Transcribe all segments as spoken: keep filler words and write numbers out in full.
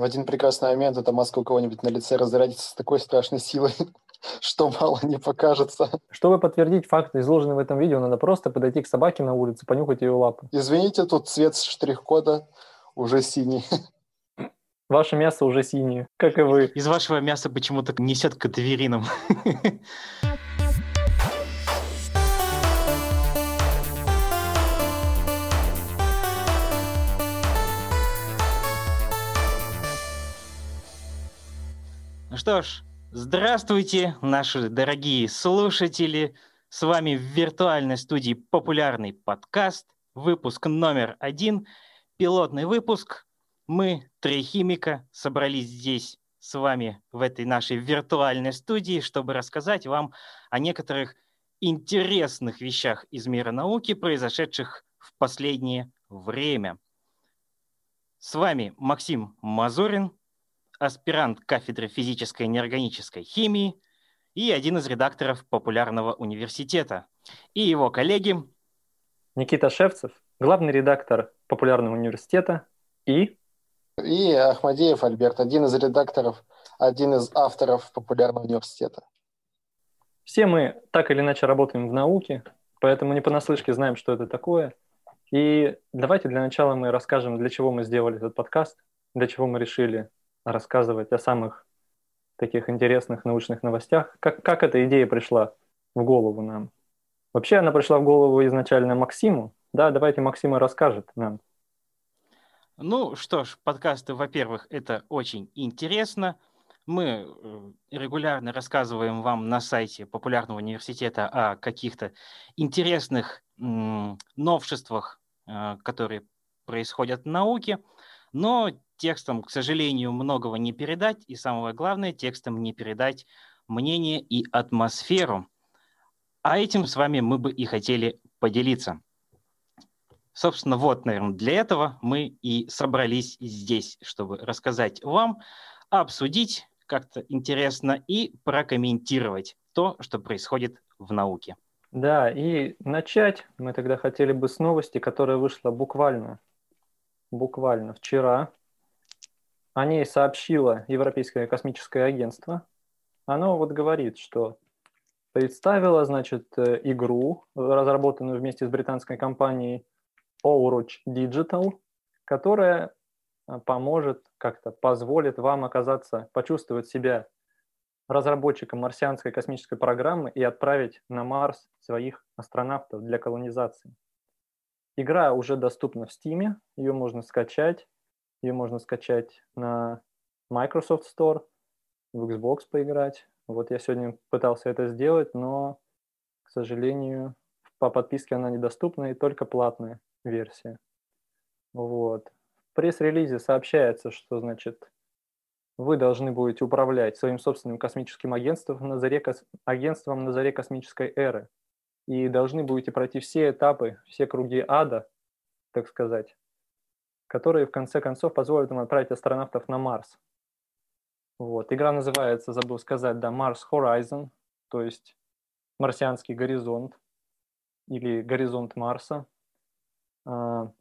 В один прекрасный момент эта маска у кого-нибудь на лице разрядится с такой страшной силой, что мало не покажется. Чтобы подтвердить факты, изложенные в этом видео, надо просто подойти к собаке на улице, понюхать ее лапы. Извините, тут цвет штрих-кода уже синий. Ваше мясо уже синее, как и вы. Из вашего мяса почему-то несет кадаверином. Ну что ж, здравствуйте, наши дорогие слушатели. С вами в виртуальной студии популярный подкаст, выпуск номер один, пилотный выпуск. Мы, три химика, собрались здесь с вами в этой нашей виртуальной студии, чтобы рассказать вам о некоторых интересных вещах из мира науки, произошедших в последнее время. С вами Максим Мазурин, аспирант кафедры физической и неорганической химии и один из редакторов популярного университета. И его коллеги Никита Шевцев, главный редактор популярного университета и... И Ахмадеев Альберт, один из редакторов, один из авторов популярного университета. Все мы так или иначе работаем в науке, поэтому не понаслышке знаем, что это такое. И давайте для начала мы расскажем, для чего мы сделали этот подкаст, для чего мы решили рассказывать о самых таких интересных научных новостях. Как, как эта идея пришла в голову нам? Вообще она пришла в голову изначально Максиму. Да, давайте Максим расскажет нам. Ну что ж, подкасты, во-первых, это очень интересно. Мы регулярно рассказываем вам на сайте популярного университета о каких-то интересных м- новшествах, э, которые происходят в науке, но текстом, к сожалению, многого не передать, и самое главное, текстом не передать мнение и атмосферу. А этим с вами мы бы и хотели поделиться. Собственно, вот, наверное, для этого мы и собрались здесь, чтобы рассказать вам, обсудить как-то интересно и прокомментировать то, что происходит в науке. Да, и начать мы тогда хотели бы с новости, которая вышла буквально, буквально вчера. О ней сообщило Европейское космическое агентство. Оно вот говорит, что представило, значит, игру, разработанную вместе с британской компанией Oruch Digital, которая поможет, как-то позволит вам оказаться, почувствовать себя разработчиком марсианской космической программы и отправить на Марс своих астронавтов для колонизации. Игра уже доступна в Steam, ее можно скачать, ее можно скачать на Microsoft Store, в Xbox поиграть. Вот я сегодня пытался это сделать, но, к сожалению, по подписке она недоступна и только платная версия. Вот. В пресс-релизе сообщается, что, значит, вы должны будете управлять своим собственным космическим агентством на заре, кос... агентством на заре космической эры. И должны будете пройти все этапы, все круги ада, так сказать, которые в конце концов позволят вам отправить астронавтов на Марс. Вот. Игра называется, забыл сказать, да, Mars Horizon, то есть марсианский горизонт или горизонт Марса. А,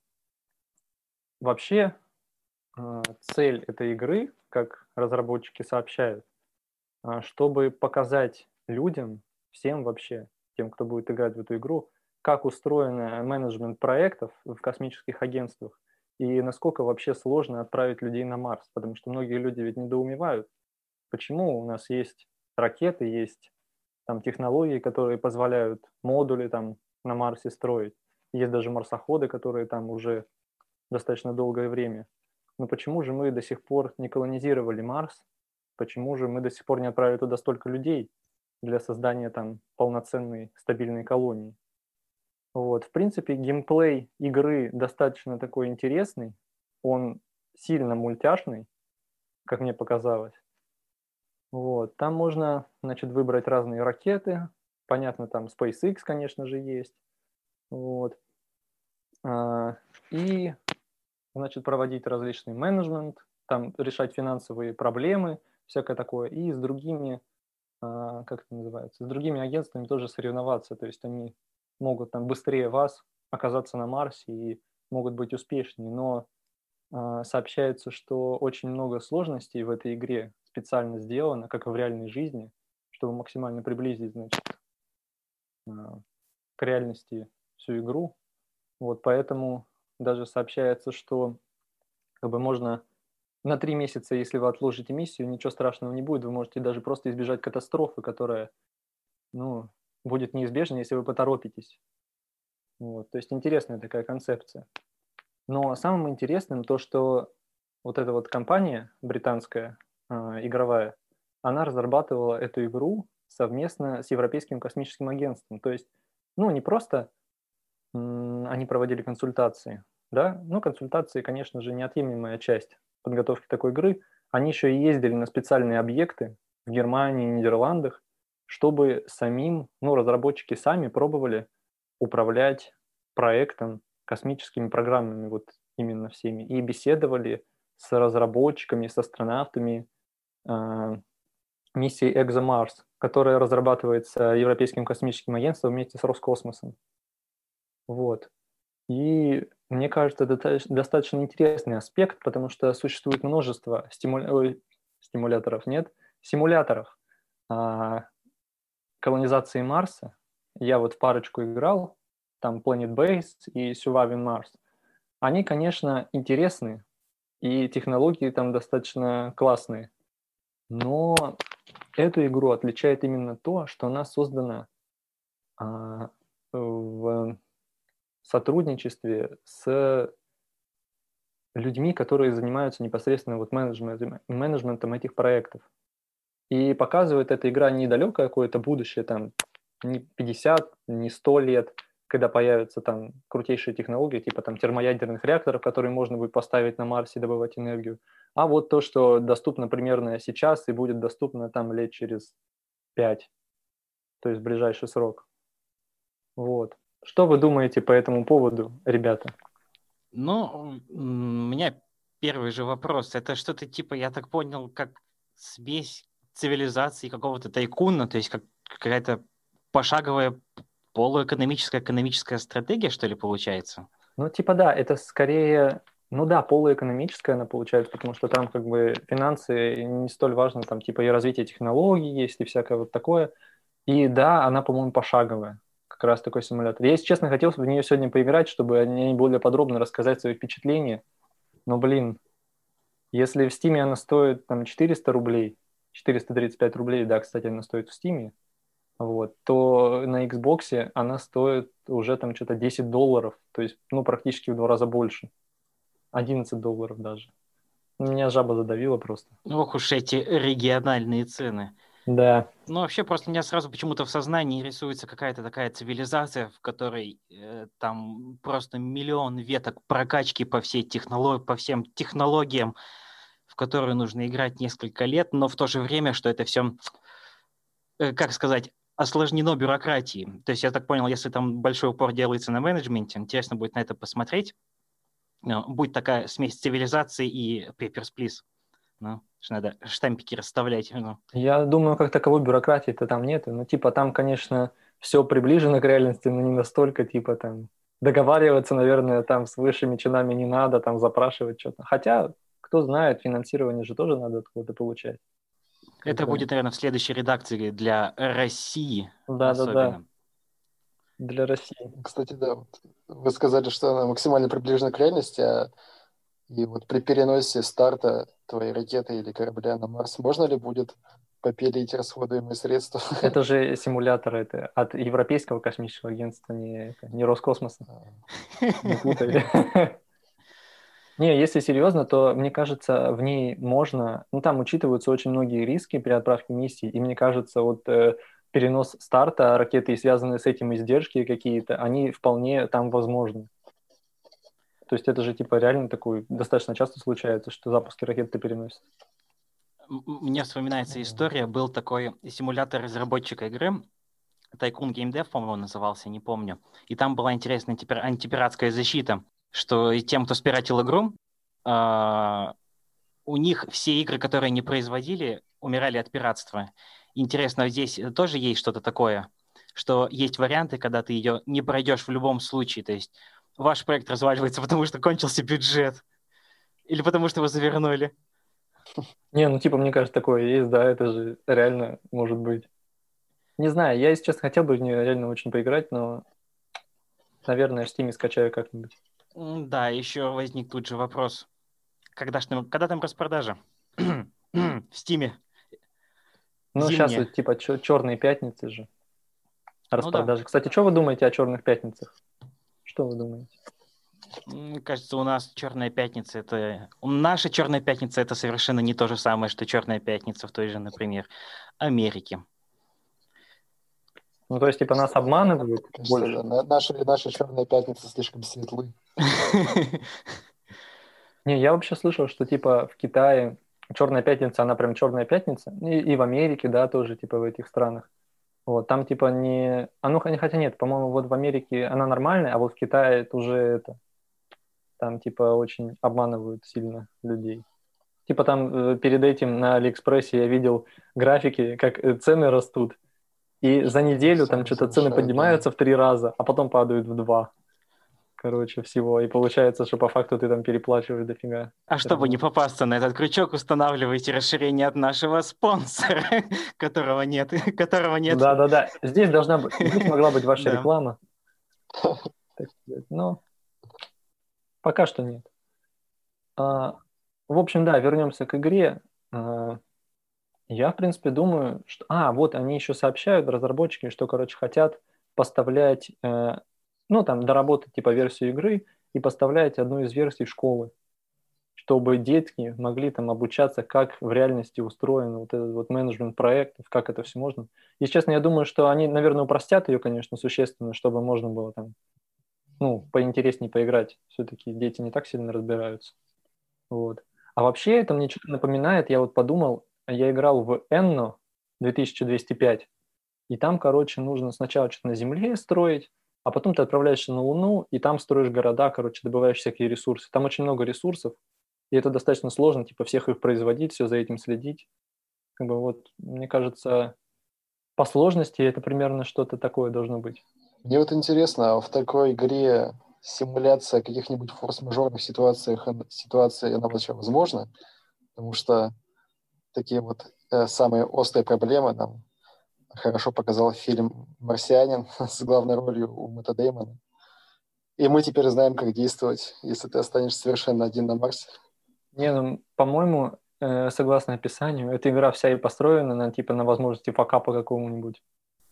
вообще, а, цель этой игры, как разработчики сообщают, а, чтобы показать людям, всем вообще, тем, кто будет играть в эту игру, как устроен менеджмент проектов в космических агентствах и насколько вообще сложно отправить людей на Марс, потому что многие люди ведь недоумевают, почему у нас есть ракеты, есть там технологии, которые позволяют модули там на Марсе строить, есть даже марсоходы, которые там уже достаточно долгое время. Но почему же мы до сих пор не колонизировали Марс? Почему же мы до сих пор не отправили туда столько людей для создания там полноценной стабильной колонии? Вот. В принципе, геймплей игры достаточно такой интересный, он сильно мультяшный, как мне показалось. Вот. Там можно, значит, выбрать разные ракеты, понятно, там SpaceX, конечно же, есть. Вот. И, значит, проводить различный менеджмент, там решать финансовые проблемы, всякое такое, и с другими, как это называется, с другими агентствами тоже соревноваться, то есть они могут там быстрее вас оказаться на Марсе и могут быть успешнее, но а, сообщается, что очень много сложностей в этой игре специально сделано, как и в реальной жизни, чтобы максимально приблизить, значит, а, к реальности всю игру. Вот поэтому даже сообщается, что как бы можно на три месяца, если вы отложите миссию, ничего страшного не будет. Вы можете даже просто избежать катастрофы, которая, ну, будет неизбежна, если вы поторопитесь. Вот. То есть интересная такая концепция. Но самым интересным то, что вот эта вот компания британская, а, игровая, она разрабатывала эту игру совместно с Европейским космическим агентством. То есть, ну, не просто м, они проводили консультации, да, ну, консультации, конечно же, неотъемлемая часть подготовки такой игры. Они еще и ездили на специальные объекты в Германии, Нидерландах, чтобы самим, ну, разработчики сами пробовали управлять проектом, космическими программами, вот именно всеми, и беседовали с разработчиками, с астронавтами э, миссии ExoMars, которая разрабатывается Европейским космическим агентством вместе с Роскосмосом. Вот. И мне кажется, это достаточно интересный аспект, потому что существует множество стимуля... Ой, стимуляторов, нет, симуляторов а, колонизации Марса. Я вот в парочку играл, там Planet Base и Surviving Mars. Они, конечно, интересны, и технологии там достаточно классные. Но эту игру отличает именно то, что она создана а, в сотрудничестве с людьми, которые занимаются непосредственно вот менеджментом, менеджментом этих проектов. И показывает эта игра не далекое какое-то будущее, там, не пятьдесят, не сто лет, когда появятся там крутейшие технологии, типа там термоядерных реакторов, которые можно будет поставить на Марсе и добывать энергию, а вот то, что доступно примерно сейчас и будет доступно там лет через пять, то есть в ближайший срок. Вот. Что вы думаете по этому поводу, ребята? Ну, у меня первый же вопрос. Это что-то типа, я так понял, как смесь цивилизации какого-то тайкуна, то есть как какая-то пошаговая полуэкономическая экономическая стратегия, что ли, получается? Ну, типа да, это скорее, ну да, полуэкономическая она получается, потому что там как бы финансы не столь важны, там типа и развитие технологий есть, и всякое вот такое. И да, она, по-моему, пошаговая, как раз такой симулятор. Я, если честно, хотел в нее сегодня поиграть, чтобы о ней более подробно рассказать свои впечатления, но, блин, если в Стиме она стоит там четыреста рублей, четыреста тридцать пять рублей, да, кстати, она стоит в Стиме, вот, то на Xbox она стоит уже там что-то десять долларов, то есть, ну, практически в два раза больше, одиннадцать долларов даже. Меня жаба задавила просто. Ох уж эти региональные цены. Да. Ну, вообще, просто у меня сразу почему-то в сознании рисуется какая-то такая цивилизация, в которой э, там просто миллион веток прокачки по всей технологии, по всем технологиям, в которую нужно играть несколько лет, но в то же время, что это все, э, как сказать, осложнено бюрократией. То есть я так понял, если там большой упор делается на менеджменте, интересно будет на это посмотреть. Ну, будет такая смесь цивилизации и Papers, Please. Ну, что надо штампики расставлять. Ну. Я думаю, как таковой бюрократии-то там нет. Ну, типа, там, конечно, все приближено к реальности, но не настолько, типа, там, договариваться, наверное, там с высшими чинами не надо, там, запрашивать что-то. Хотя, кто знает, финансирование же тоже надо откуда-то получать. Это будет, наверное, в следующей редакции для России да, особенно. Да, да. Для России. Кстати, да, вот вы сказали, что она максимально приближена к реальности, а и вот при переносе старта твоей ракеты или корабля на Марс можно ли будет попилить расходуемые средства? Это же симулятор это от Европейского космического агентства, не, это, не Роскосмоса. Не путай. Не, если серьезно, то, мне кажется, в ней можно... Ну, там учитываются очень многие риски при отправке миссий, и мне кажется, вот э, перенос старта ракеты и связанные с этим издержки какие-то, они вполне там возможны. То есть это же, типа, реально такой... Достаточно часто случается, что запуски ракеты переносят. Мне вспоминается история. Был такой симулятор разработчика игры, Tycoon Game Dev, по-моему, назывался, не помню. И там была интересная антипиратская защита, что тем, кто спиратил игру, э, у них все игры, которые они производили, умирали от пиратства. Интересно, здесь тоже есть что-то такое, что есть варианты, когда ты ее не пройдешь в любом случае. То есть ваш проект разваливается, потому что кончился бюджет. Или потому что его завернули? Не, ну типа, мне кажется, такое есть, да, это же реально может быть. Не знаю, я, если честно, хотел бы в нее реально очень поиграть, но, наверное, в Steam скачаю как-нибудь. М, Да, еще возник тут же вопрос. Когда, ж там, когда там распродажа? В Стиме. Ну, сейчас Зимняя. вот типа черные пятницы же, Ну да. распродажи. Кстати, что вы думаете о черных пятницах? Что вы думаете? Мне кажется, у нас Черная пятница это... у- Наша Черная пятница это совершенно не то же самое, что Черная пятница в той же, например, Америке. Ну, то есть, типа, нас обманывают Кажется, больше? да, на- наши, наши черные пятницы слишком светлы. Не, я вообще слышал, что, типа, в Китае Черная пятница, она прям Черная пятница, и, и в Америке, да, тоже, типа, в этих странах. Вот, там, типа, не... А ну, хотя хотя нет, по-моему, вот в Америке она нормальная, а вот в Китае это уже это... Там, типа, очень обманывают сильно людей. Типа, там э, перед этим на Алиэкспрессе я видел графики, как э, цены растут, и за неделю там Цены что-то цены завышают, да. поднимаются в три раза, а потом падают в два. Короче, всего. И получается, что по факту ты там переплачиваешь дофига. А Всё чтобы не равно. попасться на этот крючок, устанавливайте расширение от нашего спонсора, которого нет, которого нет. Да-да-да. Здесь должна быть, здесь могла быть ваша Да. реклама, так сказать. Но пока что нет. А, в общем, да, вернемся к игре. А, я, в принципе, думаю, что... А, вот они еще сообщают, разработчики, что, короче, хотят поставлять, э, ну, там, доработать, типа, версию игры и поставлять одну из версий в школы, чтобы детки могли там обучаться, как в реальности устроен вот этот вот менеджмент проектов, как это все можно. Если честно, я думаю, что они, наверное, упростят ее, конечно, существенно, чтобы можно было там, ну, поинтереснее поиграть. Все-таки дети не так сильно разбираются. Вот. А вообще это мне что-то напоминает, я вот подумал, я играл в Энно две тысячи двести пять, и там, короче, нужно сначала что-то на Земле строить, а потом ты отправляешься на Луну, и там строишь города, короче, добываешь всякие ресурсы. Там очень много ресурсов, и это достаточно сложно, типа, всех их производить, все за этим следить. Как бы вот, мне кажется, по сложности это примерно что-то такое должно быть. Мне вот интересно, а в такой игре симуляция каких-нибудь форс-мажорных ситуациях, ситуаций, она вообще возможна? Потому что такие вот э, самые острые проблемы нам хорошо показал фильм «Марсианин» с главной ролью у Мэтта Дэймона. И мы теперь знаем, как действовать, если ты останешься совершенно один на Марсе. Не, ну, по-моему, э, согласно описанию, эта игра вся и построена на, типа, на возможности факапа какого-нибудь.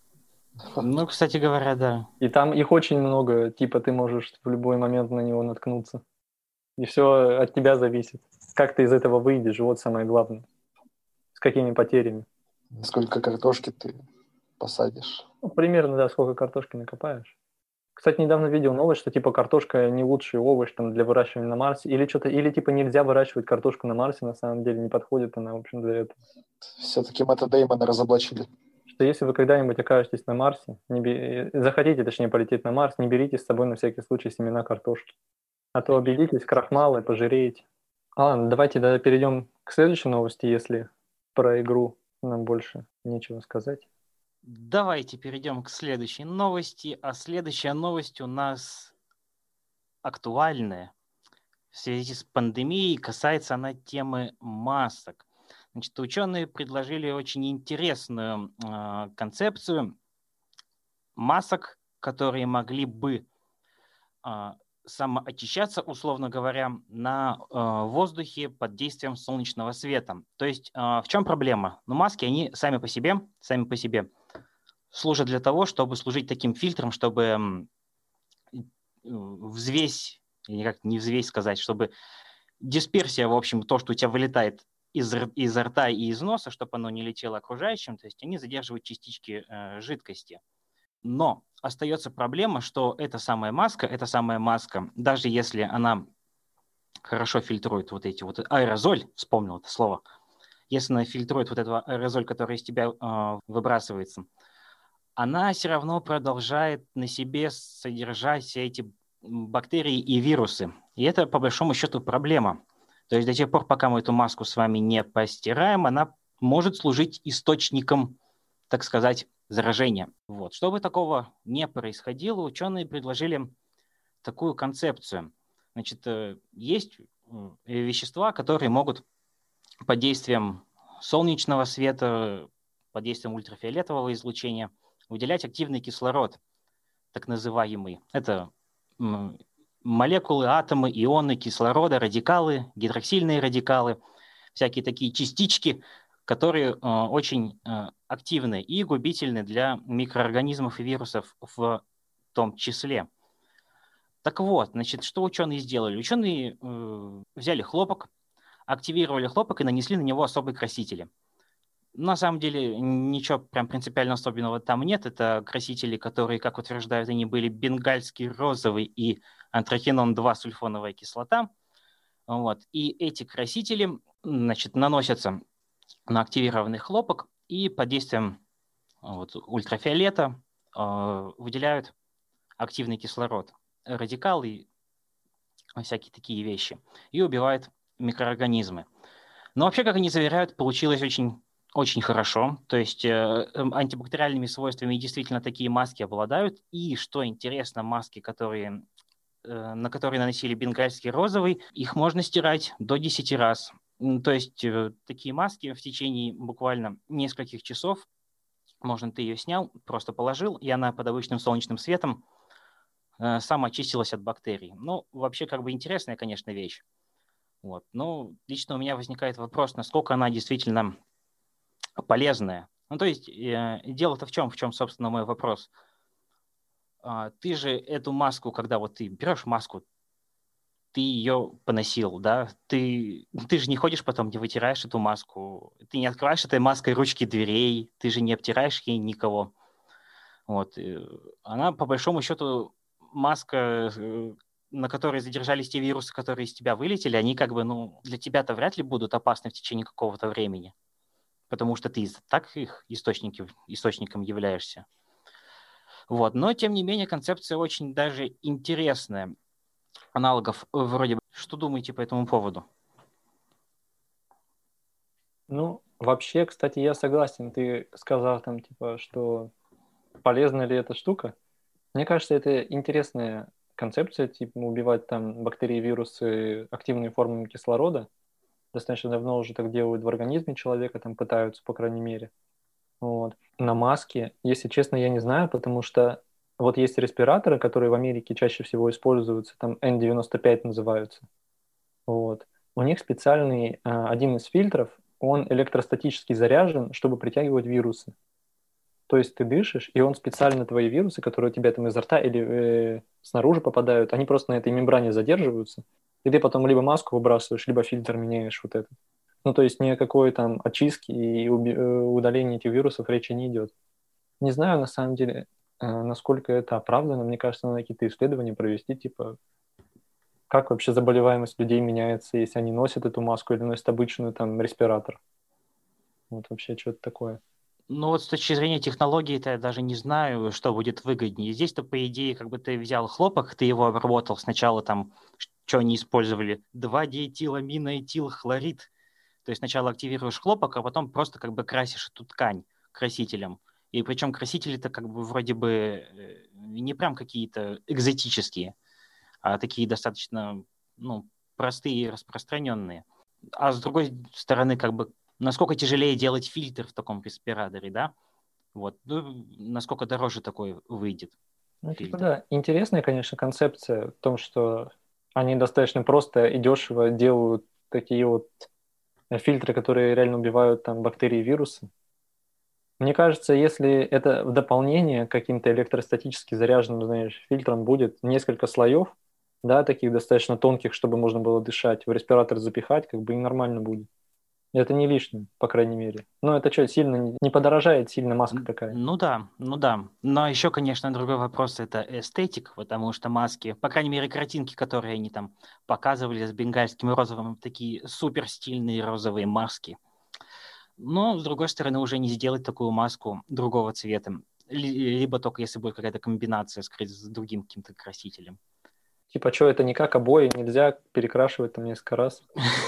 Ну, кстати говоря, да. И там их очень много, типа, ты можешь в любой момент на него наткнуться. И все от тебя зависит. Как ты из этого выйдешь, вот самое главное. С какими потерями. Сколько картошки ты посадишь. Ну, примерно, да, сколько картошки накопаешь. Кстати, недавно видел новость, что типа картошка не лучший овощ там, для выращивания на Марсе. Или что-то, или типа нельзя выращивать картошку на Марсе, на самом деле не подходит она, в общем, для этого. Все-таки Мэтта Дэймона разоблачили. Что если вы когда-нибудь окажетесь на Марсе, не бе- захотите, точнее, полететь на Марс, не берите с собой на всякий случай семена картошки. А то объедитесь крахмала и пожиреете. А, ладно, давайте да, перейдем к следующей новости, если про игру нам больше нечего сказать. Давайте перейдем к следующей новости. А следующая новость у нас актуальная. В связи с пандемией касается она темы масок. Значит, ученые предложили очень интересную э, концепцию масок, которые могли бы э, самоочищаться, условно говоря, на э, воздухе под действием солнечного света. То есть э, в чем проблема? Ну, маски, они сами по себе, сами по себе служат для того, чтобы служить таким фильтром, чтобы э, взвесь, или как не взвесь сказать, чтобы дисперсия, в общем, то, что у тебя вылетает из, из рта и из носа, чтобы оно не летело окружающим, то есть они задерживают частички э, жидкости. Но остается проблема, что эта самая маска, эта самая маска, даже если она хорошо фильтрует вот эти вот аэрозоль, вспомнил это слово, если она фильтрует вот этот аэрозоль, который из тебя э, выбрасывается, она все равно продолжает на себе содержать все эти бактерии и вирусы. И это, по большому счету, проблема. То есть до тех пор, пока мы эту маску с вами не постираем, она может служить источником, так сказать, заражения. Вот. Чтобы такого не происходило, ученые предложили такую концепцию. Значит, есть вещества, которые могут под действием солнечного света, под действием ультрафиолетового излучения выделять активный кислород, так называемый. Это молекулы, атомы, ионы кислорода, радикалы, гидроксильные радикалы, всякие такие частички, которые э, очень э, активны и губительны для микроорганизмов и вирусов в том числе. Так вот, значит, что ученые сделали? Ученые э, взяли хлопок, активировали хлопок и нанесли на него особые красители. На самом деле ничего прям принципиально особенного там нет. Это красители, которые, как утверждают, они были бенгальский розовый и антракинон два сульфоновая кислота. Вот. И эти красители, значит, наносятся на активированный хлопок и под действием вот, ультрафиолета э, выделяют активный кислород, радикалы, всякие такие вещи, и убивают микроорганизмы. Но вообще, как они заверяют, получилось очень, очень хорошо. То есть э, антибактериальными свойствами действительно такие маски обладают. И, что интересно, маски, которые, э, на которые наносили бенгальский розовый, их можно стирать до десяти раз. То есть э, такие маски в течение буквально нескольких часов, можно ты ее снял, просто положил, и она под обычным солнечным светом э, сама очистилась от бактерий. Ну, вообще, как бы интересная, конечно, вещь. Вот. Но лично у меня возникает вопрос, насколько она действительно полезная. Ну, то есть э, дело-то в чем, в чем, собственно, мой вопрос. А, ты же эту маску, когда вот ты берешь маску, ты ее поносил, да? Ты, ты же не ходишь потом, не вытираешь эту маску, ты не открываешь этой маской ручки дверей, ты же не обтираешь ей никого. Вот. Она, по большому счету, маска, на которой задержались те вирусы, которые из тебя вылетели, они как бы, ну, для тебя-то вряд ли будут опасны в течение какого-то времени, потому что ты так их источники, источником являешься. Вот. Но, тем не менее, концепция очень даже интересная. Аналогов вроде бы. Что думаете по этому поводу? Ну, вообще, кстати, я согласен. Ты сказал там, типа, что полезна ли эта штука. Мне кажется, это интересная концепция, типа, убивать там бактерии, вирусы активными формами кислорода. Достаточно давно уже так делают в организме человека, там пытаются, по крайней мере. Вот. На маске, если честно, я не знаю, потому что вот есть респираторы, которые в Америке чаще всего используются, там эн девяносто пять называются. Вот. У них специальный, один из фильтров, он электростатически заряжен, чтобы притягивать вирусы. То есть ты дышишь, и он специально твои вирусы, которые у тебя там изо рта или э, снаружи попадают, они просто на этой мембране задерживаются, и ты потом либо маску выбрасываешь, либо фильтр меняешь вот этот. Ну, то есть ни о какой там очистке и удалении этих вирусов речи не идет. Не знаю, на самом деле, насколько это оправдано. Мне кажется, надо какие-то исследования провести, типа, как вообще заболеваемость людей меняется, если они носят эту маску или носят обычную там респиратор. Вот вообще что-то такое. Ну вот с точки зрения технологии-то я даже не знаю, что будет выгоднее. Здесь-то, по идее, как бы ты взял хлопок, ты его обработал сначала там, что они использовали, два-диэтиламиноэтилхлорид. То есть сначала активируешь хлопок, а потом просто как бы красишь эту ткань красителем. И причем красители-то как бы вроде бы не прям какие-то экзотические, а такие достаточно, ну, простые и распространенные. А с другой стороны, как бы насколько тяжелее делать фильтр в таком респираторе, да? Вот. Ну, насколько дороже такой выйдет. Ну, типа, да, интересная, конечно, концепция в том, что они достаточно просто и дешево делают такие вот фильтры, которые реально убивают там бактерии и вирусы. Мне кажется, если это в дополнение к каким-то электростатически заряженным, знаешь, фильтрам будет несколько слоев, да, таких достаточно тонких, чтобы можно было дышать, в респиратор запихать, как бы и нормально будет. Это не лишнее, по крайней мере. Но это что, сильно не подорожает, сильно маска такая? Ну да, ну да. Но еще, конечно, другой вопрос – это эстетик, потому что маски, по крайней мере, картинки, которые они там показывали с бенгальским розовым, такие супер стильные розовые маски. Но, с другой стороны, уже не сделать такую маску другого цвета. Либо только если будет какая-то комбинация скрыть с другим каким-то красителем. Типа, что, это не как обои, нельзя перекрашивать там несколько раз?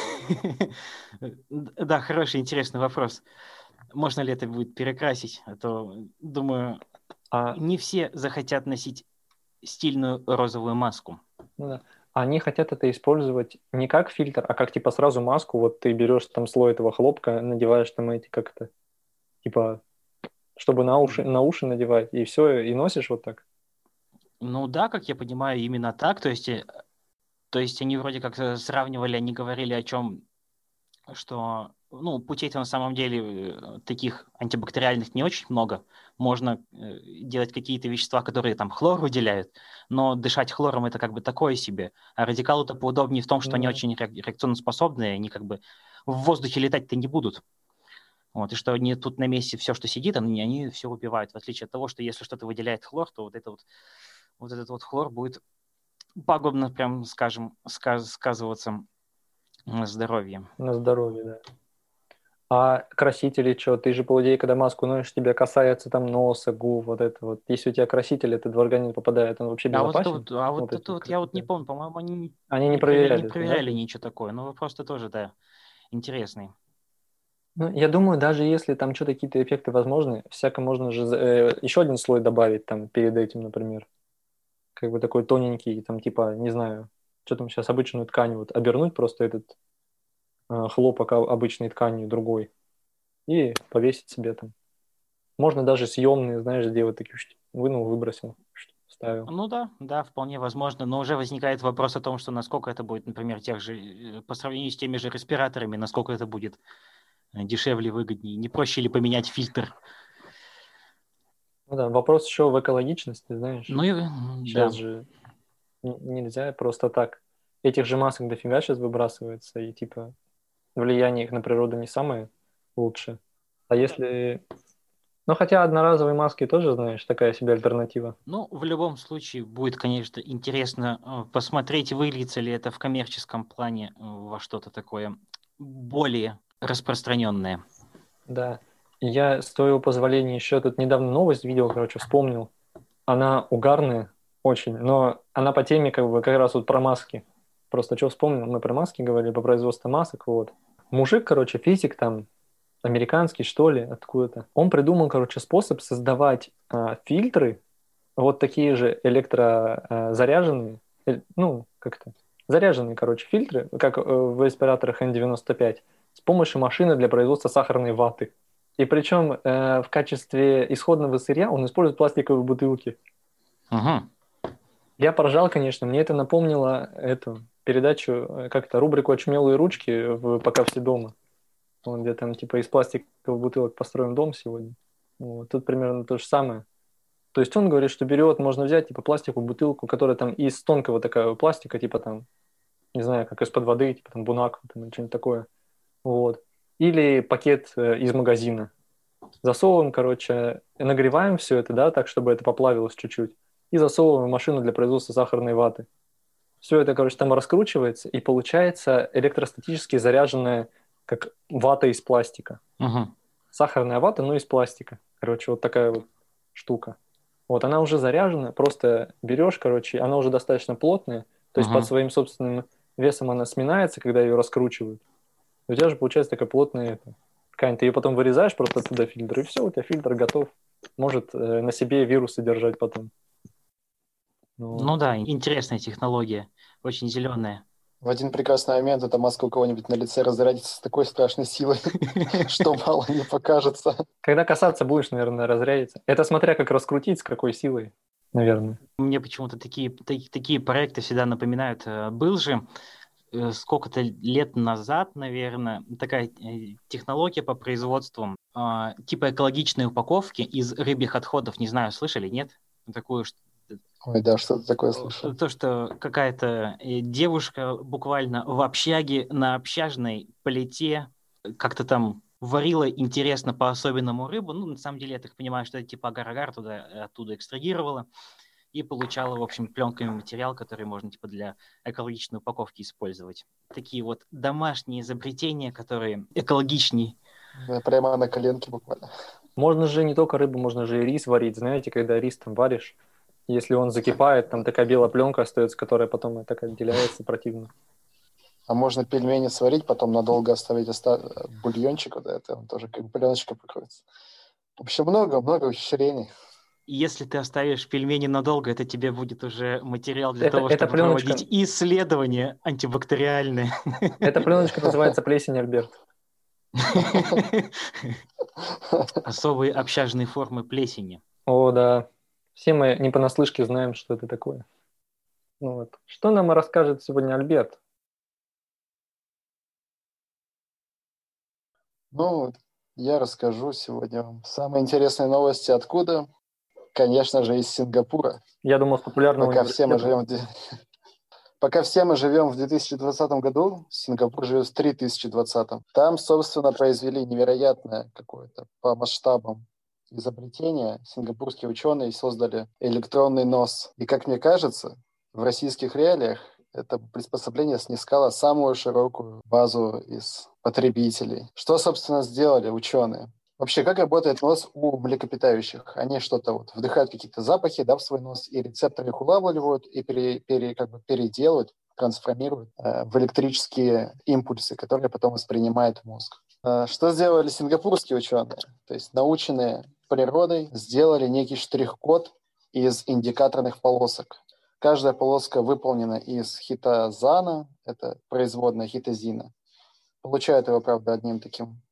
Да, хороший, интересный вопрос. Можно ли это будет перекрасить? А то, думаю, не все захотят носить стильную розовую маску. Ну да. А они хотят это использовать не как фильтр, а как типа сразу маску. Вот ты берешь там слой этого хлопка, надеваешь там эти как-то, типа, чтобы на уши, на уши надевать, и все, и носишь вот так. Ну да, как я понимаю, именно так. То есть, э, то есть они вроде как э, сравнивали, они говорили о чем, что ну, путей-то на самом деле э, таких антибактериальных не очень много. Можно э, делать какие-то вещества, которые там хлор выделяют, но дышать хлором это как бы такое себе. А радикалы-то поудобнее в том, что они Да. очень реак- реакционно способные, они как бы в воздухе летать-то не будут. Вот, и что они тут на месте все, что сидит, они, они все убивают. В отличие от того, что если что-то выделяет хлор, то вот, это вот, вот этот вот хлор будет пагубно, прям скажем, сказ- сказываться на здоровье. На здоровье, да. А красители что? Ты же, по идее, когда маску носишь, тебя касается там носа, губ, вот это вот. Если у тебя краситель этот в организм попадает, он вообще А вот это безопасен? вот, а вот Вот это эти вот я вот не красители. помню, по-моему, они не, Они не не проверяли, не проверяли это, да? проверяли то есть? ничего такое. Но вопрос-то тоже, да, интересный. Ну, я думаю, даже если там что-то какие-то эффекты возможны, всяко можно же э, еще один слой добавить там перед этим, например. Как бы такой тоненький, там типа, не знаю, что там сейчас обычную ткань вот обернуть просто этот э, хлопок о- обычной тканью другой и повесить себе там. Можно даже съемные, знаешь, сделать такие, штуки. Вынул, выбросил, вставил. Ну да, да, вполне возможно, но уже возникает вопрос о том, что насколько это будет, например, тех же, э, по сравнению с теми же респираторами, насколько это будет э, дешевле, выгоднее, не проще ли поменять фильтр. Ну да, вопрос еще в экологичности, знаешь. Ну и м, Сейчас да. же н- нельзя просто так. Этих же масок дофига сейчас выбрасывается, и типа влияние их на природу не самое лучшее. А если... Ну, хотя одноразовые маски тоже, знаешь, такая себе альтернатива. Ну, в любом случае будет, конечно, интересно э, посмотреть, выльется ли это в коммерческом плане э, во что-то такое более распространенное. Да. И я, с твоего позволения, еще тут недавно новость видел, короче, вспомнил. Она угарная очень, но она по теме как бы как раз вот про маски. Просто что вспомнил, мы про маски говорили, по производству масок, вот. Мужик, короче, физик там, американский, что ли, откуда-то. Он придумал, короче, способ создавать а, фильтры, вот такие же электрозаряженные, э, ну, как-то, заряженные, короче, фильтры, как э, в респираторах эн девяносто пять, с помощью машины для производства сахарной ваты. И причем э, в качестве исходного сырья он использует пластиковые бутылки. Угу. Я поржал, конечно, мне это напомнило эту передачу, э, как-то рубрику «Очумелые ручки» в «Пока все дома». Он где там типа из пластиковых бутылок построен дом сегодня. Вот. Тут примерно то же самое. То есть он говорит, что берет, можно взять типа пластиковую бутылку, которая там из тонкого такого пластика, типа там, не знаю, как из-под воды, типа там бунак там, или что-нибудь такое. Вот. Или пакет э, из магазина. Засовываем, короче, нагреваем все это, да, так, чтобы это поплавилось чуть-чуть. И засовываем в машину для производства сахарной ваты. Все это, короче, там раскручивается, и получается электростатически заряженная, как вата из пластика. Угу. Сахарная вата, но из пластика. Короче, вот такая вот штука. Вот она уже заряжена, просто берешь, короче, она уже достаточно плотная, то есть под Угу. своим собственным весом она сминается, когда ее раскручивают. У тебя же получается такая плотная это, ткань. Ты ее потом вырезаешь просто оттуда фильтр, и все, у тебя фильтр готов. Может э, на себе вирусы держать потом. Ну, Ну вот. да, интересная технология, очень зеленая. В один прекрасный момент эта маска у кого-нибудь на лице разрядится с такой страшной силой, что мало не покажется. Когда касаться будешь, наверное, разрядится. Это смотря как раскрутить, с какой силой, наверное. Мне почему-то такие, такие, такие проекты всегда напоминают. э, Был же э, сколько-то лет назад, наверное, такая э, технология по производству а, типа экологичной упаковки из рыбьих отходов. Не знаю, слышали, нет? Такую, что Ой, да, что-то такое слышал. то, что какая-то э, девушка буквально в общаге на общажной плите как-то там варила интересно по-особенному рыбу. Ну, на самом деле, я так понимаю, что это типа агар-агар туда, оттуда экстрагировала и получала, в общем, пленками материал, который можно типа для экологичной упаковки использовать. Такие вот домашние изобретения, которые экологичнее. Да, прямо на коленке буквально. Можно же не только рыбу, можно же и рис варить. Знаете, когда рис там варишь, если он закипает, там такая белая пленка остается, которая потом так отделяется противно. А можно пельмени сварить, потом надолго оставить оста... бульончик, да, это он тоже как пленочка покроется. В общем, много-много ухищрений. если ты оставишь пельмени надолго, это тебе будет уже материал для Это- того, эта чтобы пленочка- проводить исследования антибактериальные. Эта пленочка называется плесень, Альберт. Особые общажные формы плесени. О, да. Все мы не понаслышке знаем, что это такое. Ну вот. Что нам расскажет сегодня Альберт? Ну, я расскажу сегодня вам самые интересные новости откуда. Конечно же, из Сингапура. Я думал, с популярного Пока все мы университета. живем в две- Пока все мы живем в две тысячи двадцатом году, Сингапур живет в три тысячи двадцатом. Там, собственно, произвели невероятное какое-то по масштабам изобретение. Сингапурские ученые создали электронный нос. И, как мне кажется, в российских реалиях это приспособление снискало самую широкую базу из потребителей. Что, собственно, сделали ученые? Вообще, как работает нос у млекопитающих? Они что-то вот вдыхают какие-то запахи, да, в свой нос, и рецепторы их улавливают и пере, пере- как бы переделывают, трансформируют э, в электрические импульсы, которые потом воспринимает мозг. Э, что сделали сингапурские ученые? То есть наученные природой сделали некий штрих-код из индикаторных полосок. Каждая полоска выполнена из хитозана, это производная хитозина. Получают его, правда, одним таким,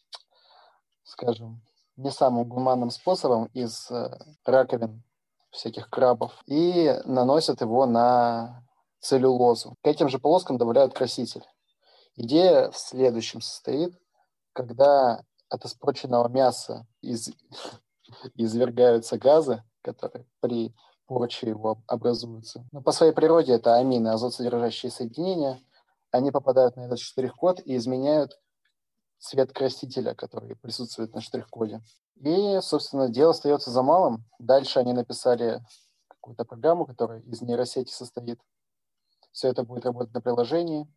скажем, не самым гуманным способом из э, раковин всяких крабов и наносят его на целлюлозу. К этим же полоскам добавляют краситель. Идея в следующем состоит, когда от испорченного мяса из... извергаются газы, которые при порче его образуются. Но по своей природе это амины, азотсодержащие соединения. Они попадают на этот штрих-код и изменяют цвет красителя, который присутствует на штрих-коде. И, собственно, дело остается за малым. Дальше они написали какую-то программу, которая из нейросети состоит. Все это будет работать на приложении.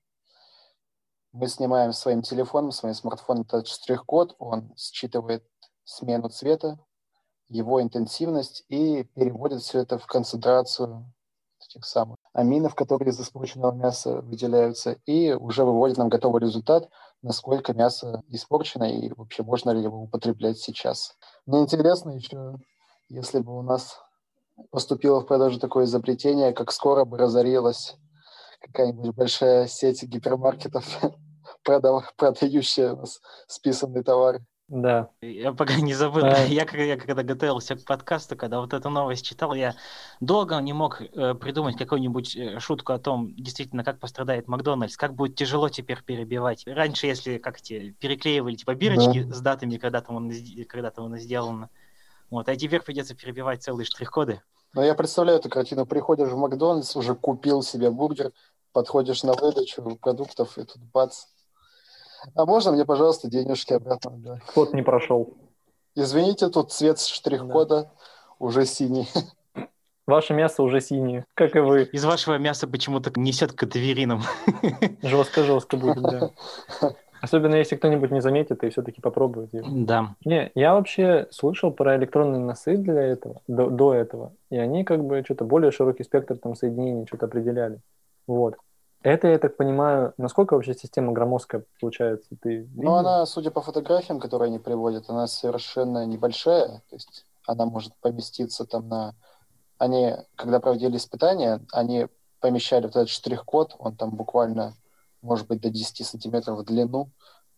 Мы снимаем своим телефоном, своим смартфоном этот штрих-код, он считывает смену цвета, его интенсивность и переводит все это в концентрацию этих самых аминов, которые из испорченного мяса выделяются, и уже выводит нам готовый результат, насколько мясо испорчено и вообще можно ли его употреблять сейчас. Мне интересно еще, если бы у нас поступило в продажу такое изобретение, как скоро бы разорилась какая-нибудь большая сеть гипермаркетов, продав- продающая у нас списанные товары. Да. Я пока не забыл, А. я, когда- я когда готовился к подкасту, когда вот эту новость читал, я долго не мог э, придумать какую-нибудь э, шутку о том, действительно, как пострадает Макдональдс, как будет тяжело теперь перебивать. Раньше, если как те переклеивали типа бирочки Да. с датами, когда там он, когда там оно сделано, вот, а теперь придется перебивать целые штрих-коды. Но я представляю эту картину. Приходишь в Макдональдс, уже купил себе бургер, подходишь на выдачу продуктов, и тут бац. А можно мне, пожалуйста, денежки обратно? Да. Код не прошел. Извините, тут цвет штрих-кода уже синий. Ваше мясо уже синее, как и вы. Из вашего мяса почему-то несет кадаверином. Жестко-жестко будет, да. Особенно, если кто-нибудь не заметит и все-таки попробует его. Да. Не, я вообще слышал про электронные носы для этого, до, до этого, и они как бы что-то более широкий спектр там соединений что-то определяли. Вот. Это, я так понимаю, насколько вообще система громоздкая получается? Ты видел? Ну, она, судя по фотографиям, которые они приводят, она совершенно небольшая. То есть она может поместиться там на... Они, когда проводили испытания, они помещали вот этот штрих-код, он там буквально, может быть, до десяти сантиметров в длину,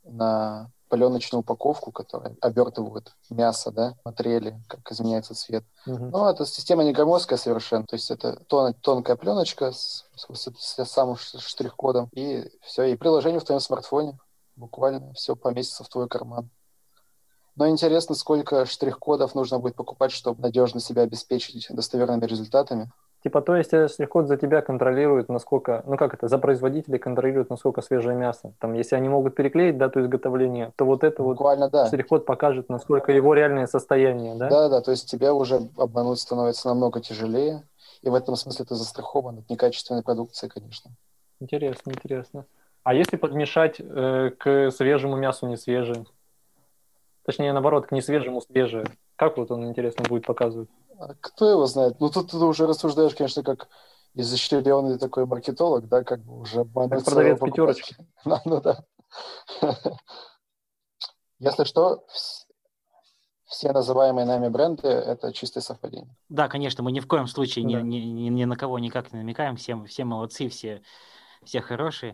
на пленочную упаковку, которая обертывает мясо, да, смотрели, как изменяется цвет. Мгм. Ну, эта система не громоздкая совершенно, то есть это тон- тонкая пленочка с, с- с самым ш- штрих-кодом, и все, и приложение в твоем смартфоне, буквально все поместится в твой карман. Но интересно, сколько штрих-кодов нужно будет покупать, чтобы надежно себя обеспечить достоверными результатами. Типа, то есть этот штрих-код за тебя контролирует, насколько, ну как это, за производителей контролирует, насколько свежее мясо. Там, если они могут переклеить дату изготовления, то вот это вот Буквально, да. штрих-код покажет, насколько его реальное состояние, да? Да, да, то есть тебя уже обмануть становится намного тяжелее, и в этом смысле ты застрахован от некачественной продукции, конечно. Интересно, интересно. А если подмешать э, к свежему мясу не свежее? Точнее, наоборот, к несвежему свежее. Как вот он, интересно, будет показывать? А кто его знает? Ну, тут ты уже рассуждаешь, конечно, как изощренный такой маркетолог, да, как бы уже обмануть Как продавец своего покупателя. пятерочки. Ну, ну да. Если что, вс- все называемые нами бренды – это чистое совпадение. Да, конечно, мы ни в коем случае Да. ни, ни, ни, ни на кого никак не намекаем, все, все молодцы, все, все хорошие.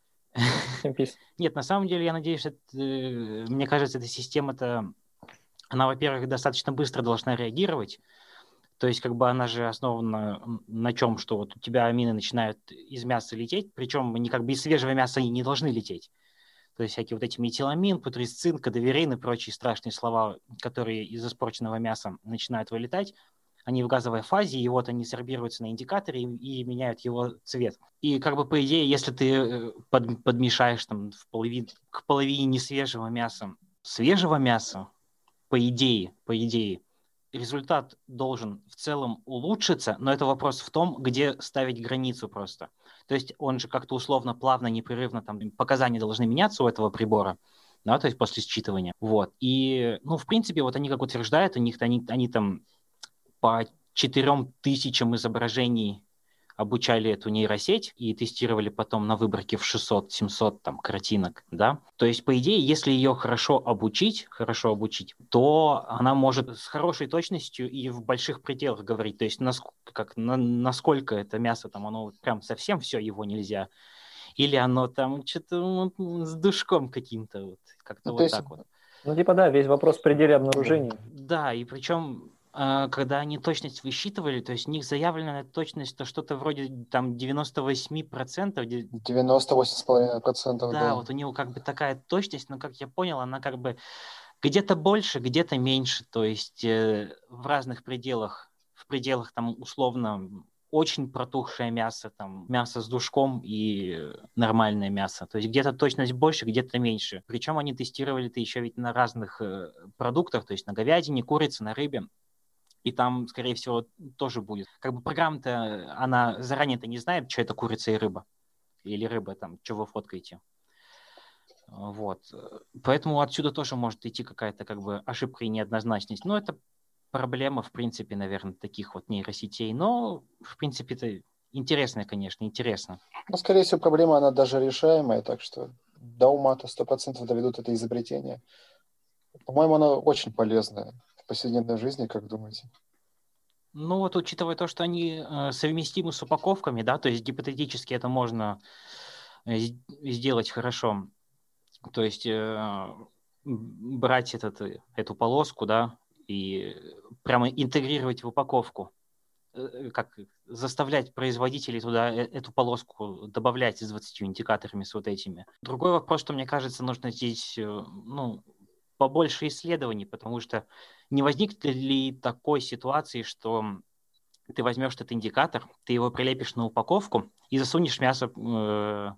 Всем пис. Нет, на самом деле, я надеюсь, что это, э, мне кажется, эта система-то, она, во-первых, достаточно быстро должна реагировать. То есть, как бы она же основана на чем, что вот у тебя амины начинают из мяса лететь, причем они как бы из свежего мяса они не должны лететь. То есть всякие вот эти метиламин, путрисцин, кадаверин и прочие страшные слова, которые из испорченного мяса начинают вылетать, они в газовой фазе, и вот они сорбируются на индикаторе и, и меняют его цвет. И как бы по идее, если ты под, подмешаешь там в половин, к половине несвежего мяса свежего мяса, по идее, по идее, результат должен в целом улучшиться, но это вопрос в том, где ставить границу просто. То есть он же как-то условно, плавно, непрерывно, там показания должны меняться у этого прибора, да, то есть после считывания. Вот. И, ну, в принципе, вот они как утверждают, у них они, они там по четырем тысячам изображений обучали эту нейросеть и тестировали потом на выборке в шестьсот-семьсот там картинок, да. То есть, по идее, если ее хорошо обучить, хорошо обучить, то она может с хорошей точностью и в больших пределах говорить. То есть, насколько, как, на, насколько это мясо, там, оно прям совсем все, его нельзя, или оно там что-то вот, с душком каким-то, вот, как-то Ну, вот то есть, так вот. Ну, типа, да, весь вопрос в пределе обнаружения. Да, и причем, э, когда они точность высчитывали, то есть у них заявлена точность, то что-то вроде там девяносто восемь процентов. девяносто восемь целых пять десятых процента, Да, да. вот у него как бы такая точность, но, как я понял, она как бы где-то больше, где-то меньше, то есть э, в разных пределах, в пределах там условно очень протухшее мясо, там мясо с душком и нормальное мясо. То есть где-то точность больше, где-то меньше. Причем они тестировали это еще ведь на разных э, продуктах, то есть на говядине, курице, на рыбе. И там, скорее всего, тоже будет. Как бы программа-то, она заранее-то не знает, что это курица и рыба. Или рыба, там, что вы фоткаете. Вот. Поэтому отсюда тоже может идти какая-то как бы ошибка и неоднозначность. Но это проблема, в принципе, наверное, таких вот нейросетей. Но, в принципе, это интересно, конечно, интересно. Ну, скорее всего, проблема, она даже решаемая, так что до ума-то сто процентов доведут это изобретение. По-моему, оно очень полезное в повседневной жизни, как думаете? Ну вот, учитывая то, что они э, совместимы с упаковками, да, то есть гипотетически это можно э, сделать хорошо. То есть э, брать этот, эту полоску, да, и прямо интегрировать в упаковку, э, как заставлять производителей туда э, эту полоску добавлять с двадцатью индикаторами, с вот этими. Другой вопрос, что мне кажется, нужно здесь, э, ну, побольше исследований, потому что не возникнет ли такой ситуации, что ты возьмешь этот индикатор, ты его прилепишь на упаковку и засунешь мясо э,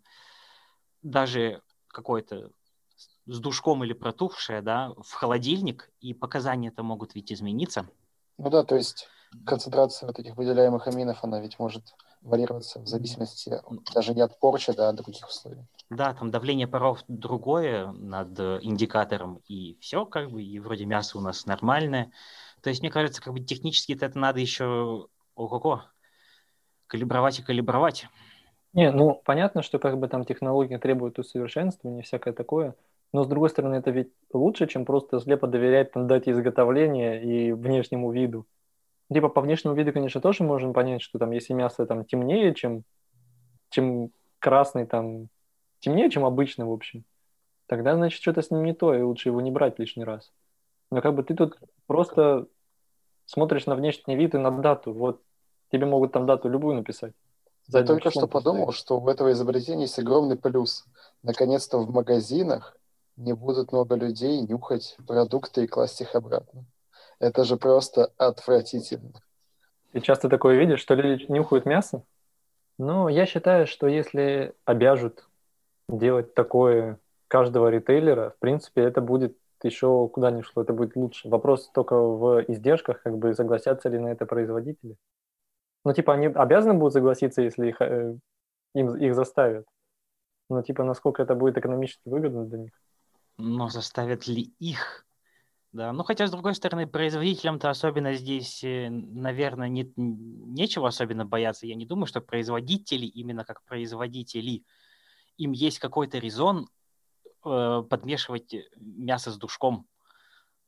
даже какое-то с душком или протухшее, да, в холодильник, и показания-то могут ведь измениться. Ну да, то есть концентрация вот этих выделяемых аминов, она ведь может варьироваться в зависимости даже не от порчи, да, а до каких условий. Да, там давление паров другое над индикатором, и все, как бы, и вроде мясо у нас нормальное. То есть, мне кажется, как бы технически это надо еще ого-го калибровать и калибровать. Не, ну, понятно, что как бы там технологии требуют усовершенствования, всякое такое, но, с другой стороны, это ведь лучше, чем просто слепо доверять там дате изготовления и внешнему виду. Типа по внешнему виду, конечно, тоже можем понять, что там, если мясо там темнее, чем, чем красный, там, темнее, чем обычно, в общем, тогда, значит, что-то с ним не то, и лучше его не брать лишний раз. Но как бы ты тут просто смотришь на внешний вид и на дату. Вот тебе могут там дату любую написать. Я только что подумал, что у этого изобретения есть огромный плюс. Наконец-то в магазинах не будут много людей нюхать продукты и класть их обратно. Это же просто отвратительно. Ты часто такое видишь, что люди нюхают мясо? Ну, я считаю, что если обяжут делать такое каждого ритейлера, в принципе, это будет еще куда ни шло, это будет лучше. Вопрос только в издержках, как бы согласятся ли на это производители. Ну, типа, они обязаны будут согласиться, если их, э, им, их заставят. Ну, типа, насколько это будет экономически выгодно для них. Но заставят ли их? Да, ну хотя, с другой стороны, производителям-то особенно здесь, наверное, не, нечего особенно бояться. Я не думаю, что производители, именно как производители, им есть какой-то резон э, подмешивать мясо с душком.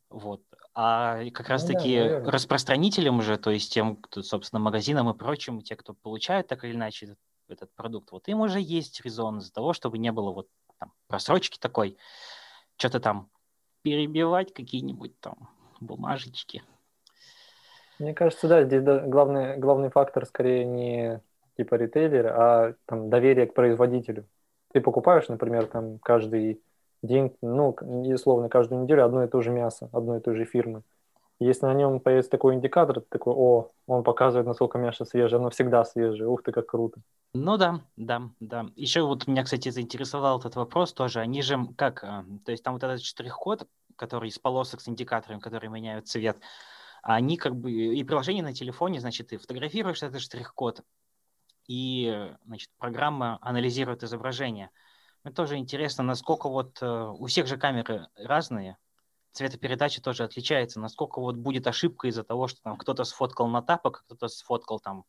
Вот. А как Ну да, раз-таки наверное. распространителям же, то есть тем, кто, собственно, магазинам и прочим, те, кто получают так или иначе этот, этот продукт, вот им уже есть резон из-за того, чтобы не было вот там просрочки такой, что-то там перебивать какие-нибудь там бумажечки. Мне кажется, да, здесь да, главный, главный фактор скорее не типа ритейлер, а там доверие к производителю. Ты покупаешь, например, там каждый день, ну, и условно, каждую неделю одно и то же мясо, одной и той же фирмы. Если на нем появится такой индикатор, ты такой, о, он показывает, насколько мясо свежее, оно всегда свежее, ух ты, как круто. Ну да, да, да. Еще вот меня, кстати, заинтересовал этот вопрос тоже. Они же как, а, то есть там вот этот штрих-код, который из полосок с индикатором, которые меняют цвет, они как бы, и приложение на телефоне, значит, ты фотографируешь этот штрих-код, и, значит, программа анализирует изображение. Мне тоже интересно, насколько вот э, у всех же камеры разные, цветопередача тоже отличается, насколько вот будет ошибка из-за того, что там кто-то сфоткал на тапок, кто-то сфоткал там,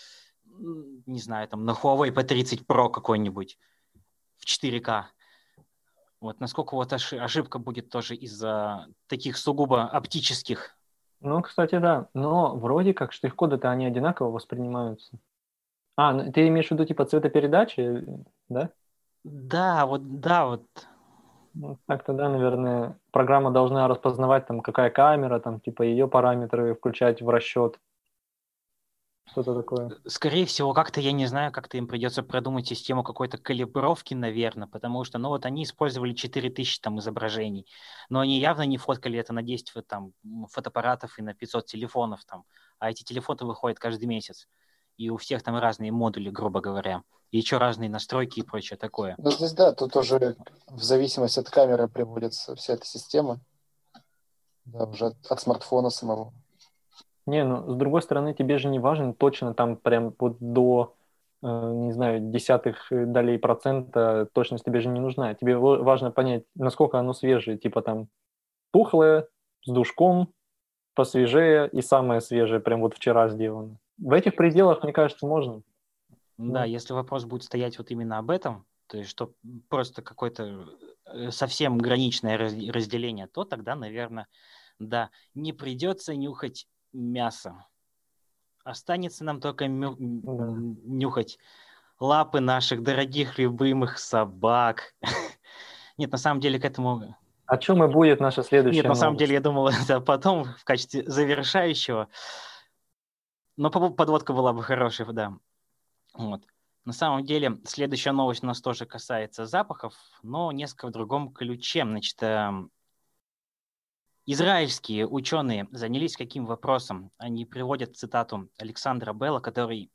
не знаю, там на Huawei пи тридцать Pro какой-нибудь в четыре ка. Вот насколько вот ошибка будет тоже из-за таких сугубо оптических. Ну, кстати, да, но вроде как штрих-коды-то они одинаково воспринимаются. А, ну, ты имеешь в виду типа цветопередачи, да? Да, вот, да, вот. Ну, так тогда, наверное, программа должна распознавать, там, какая камера, там, типа, ее параметры включать в расчет. Что-то такое. Скорее всего, как-то, я не знаю, как-то им придется продумать систему какой-то калибровки, наверное, потому что, ну, вот они использовали четыре тысячи там изображений, но они явно не фоткали это на десять там, фотоаппаратов и на пятьсот телефонов там, а эти телефоны выходят каждый месяц, и у всех там разные модули, грубо говоря, и еще разные настройки и прочее такое. Ну, здесь, да, тут тоже в зависимости от камеры приводится вся эта система, да, уже от, от смартфона самого. Не, ну, с другой стороны, тебе же не важно точно там прям вот до, э, не знаю, десятых долей процента точность тебе же не нужна. Тебе важно понять, насколько оно свежее, типа там тухлое, с душком, посвежее и самое свежее, прям вот вчера сделано. В этих пределах, мне кажется, можно. Да, Ну. если вопрос будет стоять вот именно об этом, то есть что просто какое-то совсем граничное разделение, то тогда, наверное, да, не придется нюхать мясо. Останется нам только мю- Да. нюхать лапы наших дорогих любимых собак. Нет, на самом деле к этому... О чем и будет наша следующая Нет, на самом новость. деле я думал, это потом в качестве завершающего. Но подводка была бы хорошей, да. Вот. На самом деле, следующая новость у нас тоже касается запахов, но несколько в другом ключе. Значит, э, израильские ученые занялись каким вопросом? Они приводят цитату Александра Белла, который,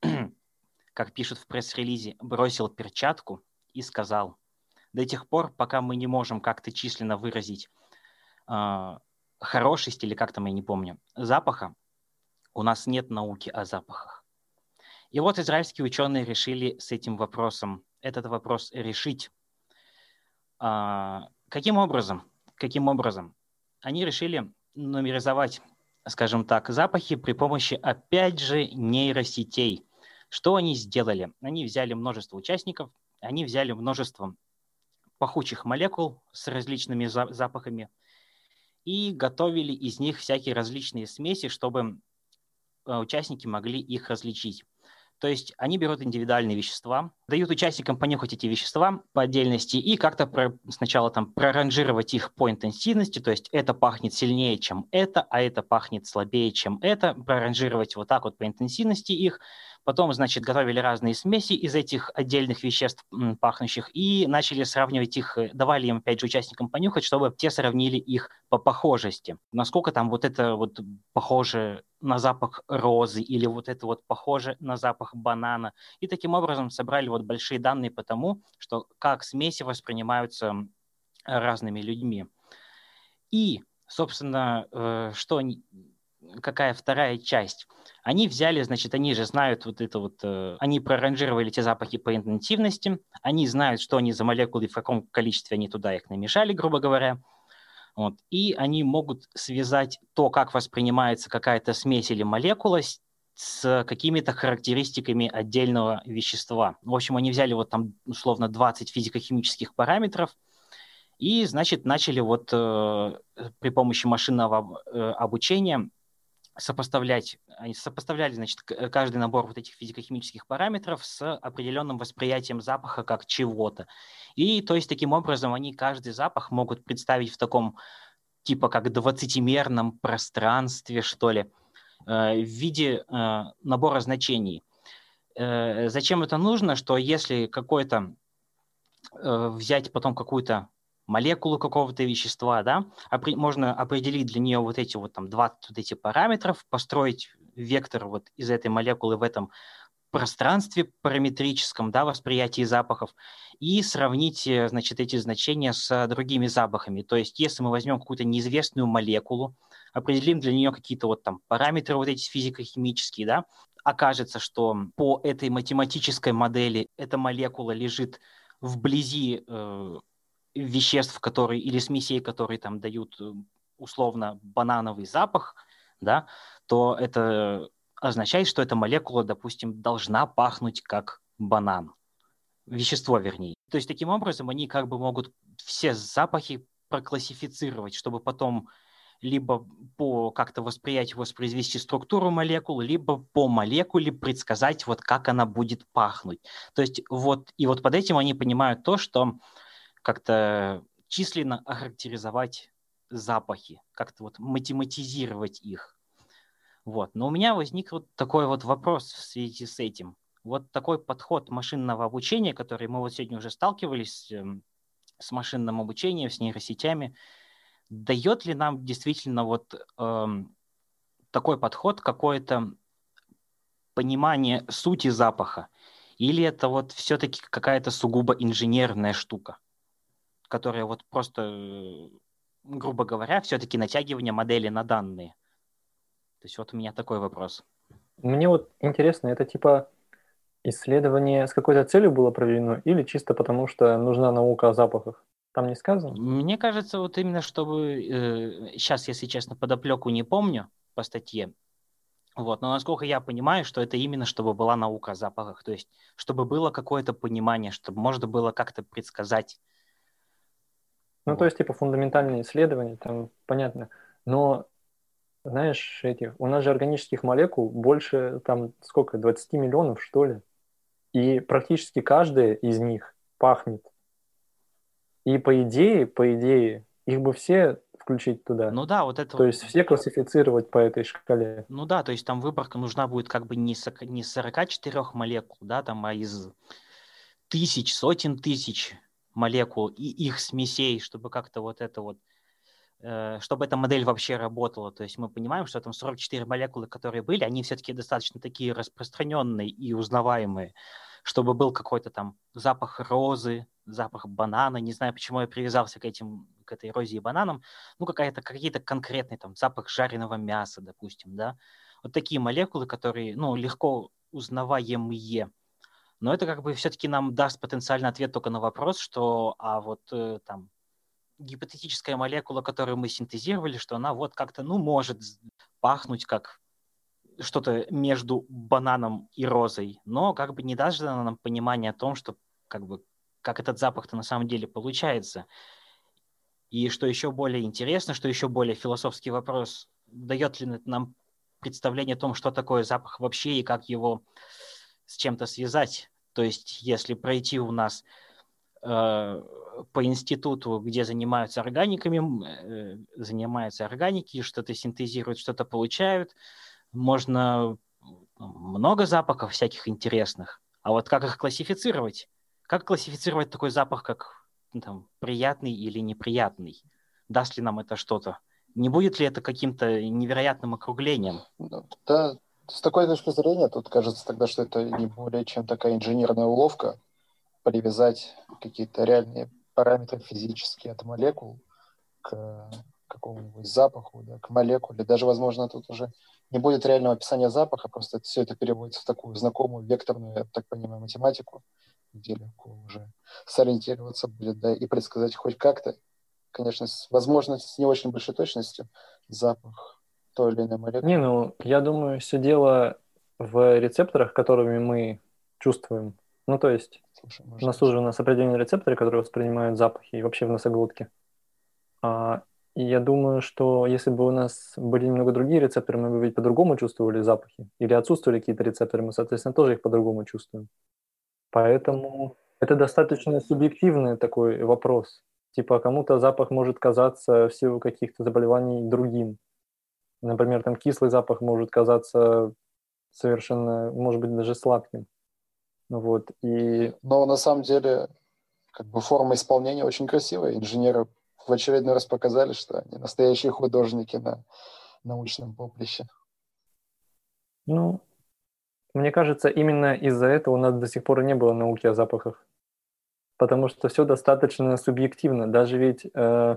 как пишут в пресс-релизе, бросил перчатку и сказал: до тех пор, пока мы не можем как-то численно выразить э, хорошесть, или как там, я не помню, запаха, у нас нет науки о запахах. И вот израильские ученые решили с этим вопросом, этот вопрос решить. А, каким образом? Каким образом? Они решили нумеризовать, скажем так, запахи при помощи, опять же, нейросетей. Что они сделали? Они взяли множество участников, они взяли множество пахучих молекул с различными за- запахами и готовили из них всякие различные смеси, чтобы участники могли их различить. То есть они берут индивидуальные вещества, дают участникам понюхать эти вещества по отдельности и как-то про, сначала там проранжировать их по интенсивности, то есть это пахнет сильнее, чем это, а это пахнет слабее, чем это, проранжировать вот так вот по интенсивности их. Потом, значит, готовили разные смеси из этих отдельных веществ пахнущих и начали сравнивать их, давали им, опять же, участникам понюхать, чтобы те сравнили их по похожести. Насколько там вот это вот похоже на запах розы или вот это вот похоже на запах банана. И таким образом собрали вот большие данные по тому, что как смеси воспринимаются разными людьми. И, собственно, что... какая вторая часть. Они взяли, значит, они же знают вот это вот, э, они проранжировали эти запахи по интенсивности, они знают, что они за молекулы, в каком количестве они туда их намешали, грубо говоря. Вот. И они могут связать то, как воспринимается какая-то смесь или молекула, с какими-то характеристиками отдельного вещества. В общем, они взяли вот там условно двадцать физико-химических параметров, И, значит, начали вот э, при помощи машинного э, обучения сопоставлять, они сопоставляли, значит, каждый набор вот этих физико-химических параметров с определенным восприятием запаха как чего-то. И, то есть, таким образом, они каждый запах могут представить в таком, типа, как двадцатимерном пространстве, что ли, э, в виде э, набора значений. Э, зачем это нужно? Что если какой-то, э, взять потом какую-то молекулу какого-то вещества, да, опри- можно определить для нее вот эти вот там двадцать вот эти параметров, построить вектор вот из этой молекулы в этом пространстве параметрическом, да, восприятии запахов и сравнить, э, значит, эти значения с другими запахами. То есть, если мы возьмем какую-то неизвестную молекулу, определим для нее какие-то вот там параметры вот эти физико-химические, да, окажется, что по этой математической модели эта молекула лежит вблизи э, веществ, которые, или смесей, которые там дают условно банановый запах, да, то это означает, что эта молекула, допустим, должна пахнуть как банан. Вещество, вернее. То есть таким образом они как бы могут все запахи проклассифицировать, чтобы потом либо по как-то восприятию воспроизвести структуру молекулы, либо по молекуле предсказать, вот как она будет пахнуть. То есть вот, и вот под этим они понимают то, что как-то численно охарактеризовать запахи, как-то вот математизировать их. Вот. Но у меня возник вот такой вот вопрос в связи с этим. Вот такой подход машинного обучения, который мы вот сегодня уже сталкивались э, с машинным обучением, с нейросетями, дает ли нам действительно вот э, такой подход какое-то понимание сути запаха? Или это вот все-таки какая-то сугубо инженерная штука, которая вот просто, грубо говоря, все-таки натягивание модели на данные? То есть вот у меня такой вопрос. Мне вот интересно, это типа исследование с какой-то целью было проведено или чисто потому, что нужна наука о запахах? Там не сказано? Мне кажется, вот именно чтобы... Э, сейчас, если честно, подоплеку не помню по статье, вот, но насколько я понимаю, что это именно чтобы была наука о запахах, то есть чтобы было какое-то понимание, чтобы можно было как-то предсказать. Ну, то Вот. есть, типа, фундаментальные исследования, там, понятно. Но, знаешь, эти, у нас же органических молекул больше, там, сколько, двадцать миллионов, что ли? И практически каждая из них пахнет. И по идее, по идее, их бы все включить туда. Ну да, вот это То вот... есть все классифицировать по этой шкале. Ну да, то есть там выборка нужна будет как бы не, со, не сорок четыре молекул, да, там, а из тысяч, сотен тысяч молекул и их смесей, чтобы как-то вот это вот, э, чтобы эта модель вообще работала. То есть мы понимаем, что там сорок четыре молекулы, которые были, они все-таки достаточно такие распространенные и узнаваемые, чтобы был какой-то там запах розы, запах банана, не знаю, почему я привязался к этим, к этой розе и бананам, ну какая-то, какие-то конкретные там запах жареного мяса, допустим, да. Вот такие молекулы, которые, ну, легко узнаваемые. Но это как бы все-таки нам даст потенциальный ответ только на вопрос, что, а вот э, там гипотетическая молекула, которую мы синтезировали, что она вот как-то, ну, может пахнуть как что-то между бананом и розой, но как бы не даст же она нам понимания о том, что как бы как этот запах-то на самом деле получается. И что еще более интересно, что еще более философский вопрос, дает ли нам представление о том, что такое запах вообще и как его с чем-то связать. То есть, если пройти у нас э, по институту, где занимаются органиками, э, занимаются органики, что-то синтезируют, что-то получают, можно много запахов всяких интересных. А вот как их классифицировать? Как классифицировать такой запах, как ну, там, приятный или неприятный? Даст ли нам это что-то? Не будет ли это каким-то невероятным округлением? Да, с такой точки зрения, тут кажется тогда, что это не более чем такая инженерная уловка, привязать какие-то реальные параметры физические от молекул к какому-нибудь запаху, да, к молекуле. Даже, возможно, тут уже не будет реального описания запаха, просто все это переводится в такую знакомую векторную, я так понимаю, математику, где легко уже сориентироваться будет, да, и предсказать хоть как-то, конечно, с, возможно, с не очень большой точностью запах той или иной молекулы. Не, ну, я думаю, все дело в рецепторах, которыми мы чувствуем Ну, то есть Слушай, в может носу быть. же у нас определенные рецепторы, которые воспринимают запахи, и вообще в носоглотке. А, и я думаю, что если бы у нас были немного другие рецепторы, мы бы ведь по-другому чувствовали запахи. Или отсутствовали какие-то рецепторы, мы, соответственно, тоже их по-другому чувствуем. Поэтому это достаточно субъективный такой вопрос. Типа кому-то запах может казаться в силу каких-то заболеваний другим. Например, там кислый запах может казаться совершенно, может быть, даже сладким. Вот. И Но на самом деле, как бы форма исполнения очень красивая. Инженеры в очередной раз показали, что они настоящие художники на научном поприще. ну, мне кажется, именно из-за этого у нас до сих пор и не было науки о запахах. Потому что все достаточно субъективно. Даже ведь э,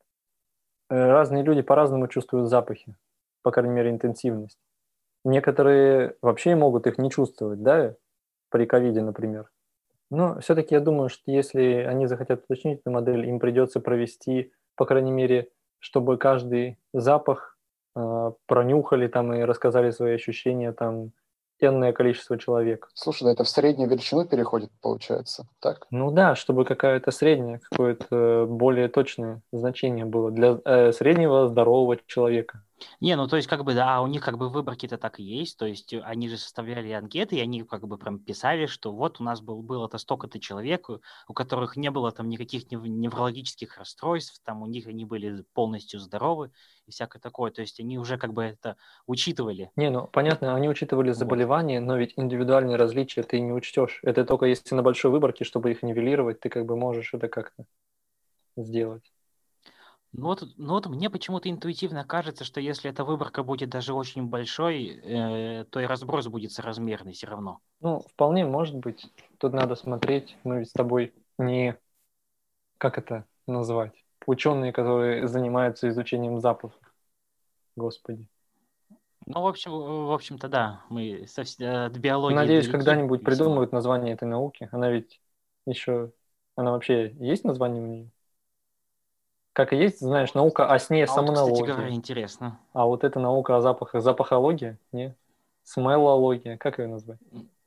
разные люди по-разному чувствуют запахи, по крайней мере, интенсивность. Некоторые вообще могут их не чувствовать, да, при ковиде, например. Но все-таки я думаю, что если они захотят уточнить эту модель, им придется провести, по крайней мере, чтобы каждый запах э, пронюхали там и рассказали свои ощущения там энное количество человек. Слушай, да это в среднюю величину переходит, получается, так? Ну да, чтобы какая-то средняя, какое-то более точное значение было для э, среднего здорового человека. Не, ну то есть как бы, да, у них как бы выборки-то так и есть, то есть э, они же составляли анкеты, и они как бы прям писали, что вот у нас был, было-то столько-то человек, у у которых не было там никаких нев- неврологических расстройств, там у них они были полностью здоровы и всякое такое, то есть они уже как бы это учитывали. Не, ну понятно, они учитывали Вот. заболевания, но ведь индивидуальные различия ты не учтешь. Это только если на большой выборке, чтобы их нивелировать, ты как бы можешь это как-то сделать. Ну вот, ну вот мне почему-то интуитивно кажется, что если эта выборка будет даже очень большой, э, то и разброс будет соразмерный все равно. Ну, вполне может быть. Тут надо смотреть. Мы ведь с тобой не, как это назвать, ученые, которые занимаются изучением запахов. Господи. Ну, в общем, в общем-то, да, мы совс- от биологии Надеюсь, далеки когда-нибудь весьма. придумают название этой науки. Она ведь еще... Она вообще есть название у нее? Как и есть, знаешь, наука о сне, А вот, кстати говоря, сомнология. интересно. А вот эта наука о запахах, запахология? Не? Смеллология. Как ее назвать?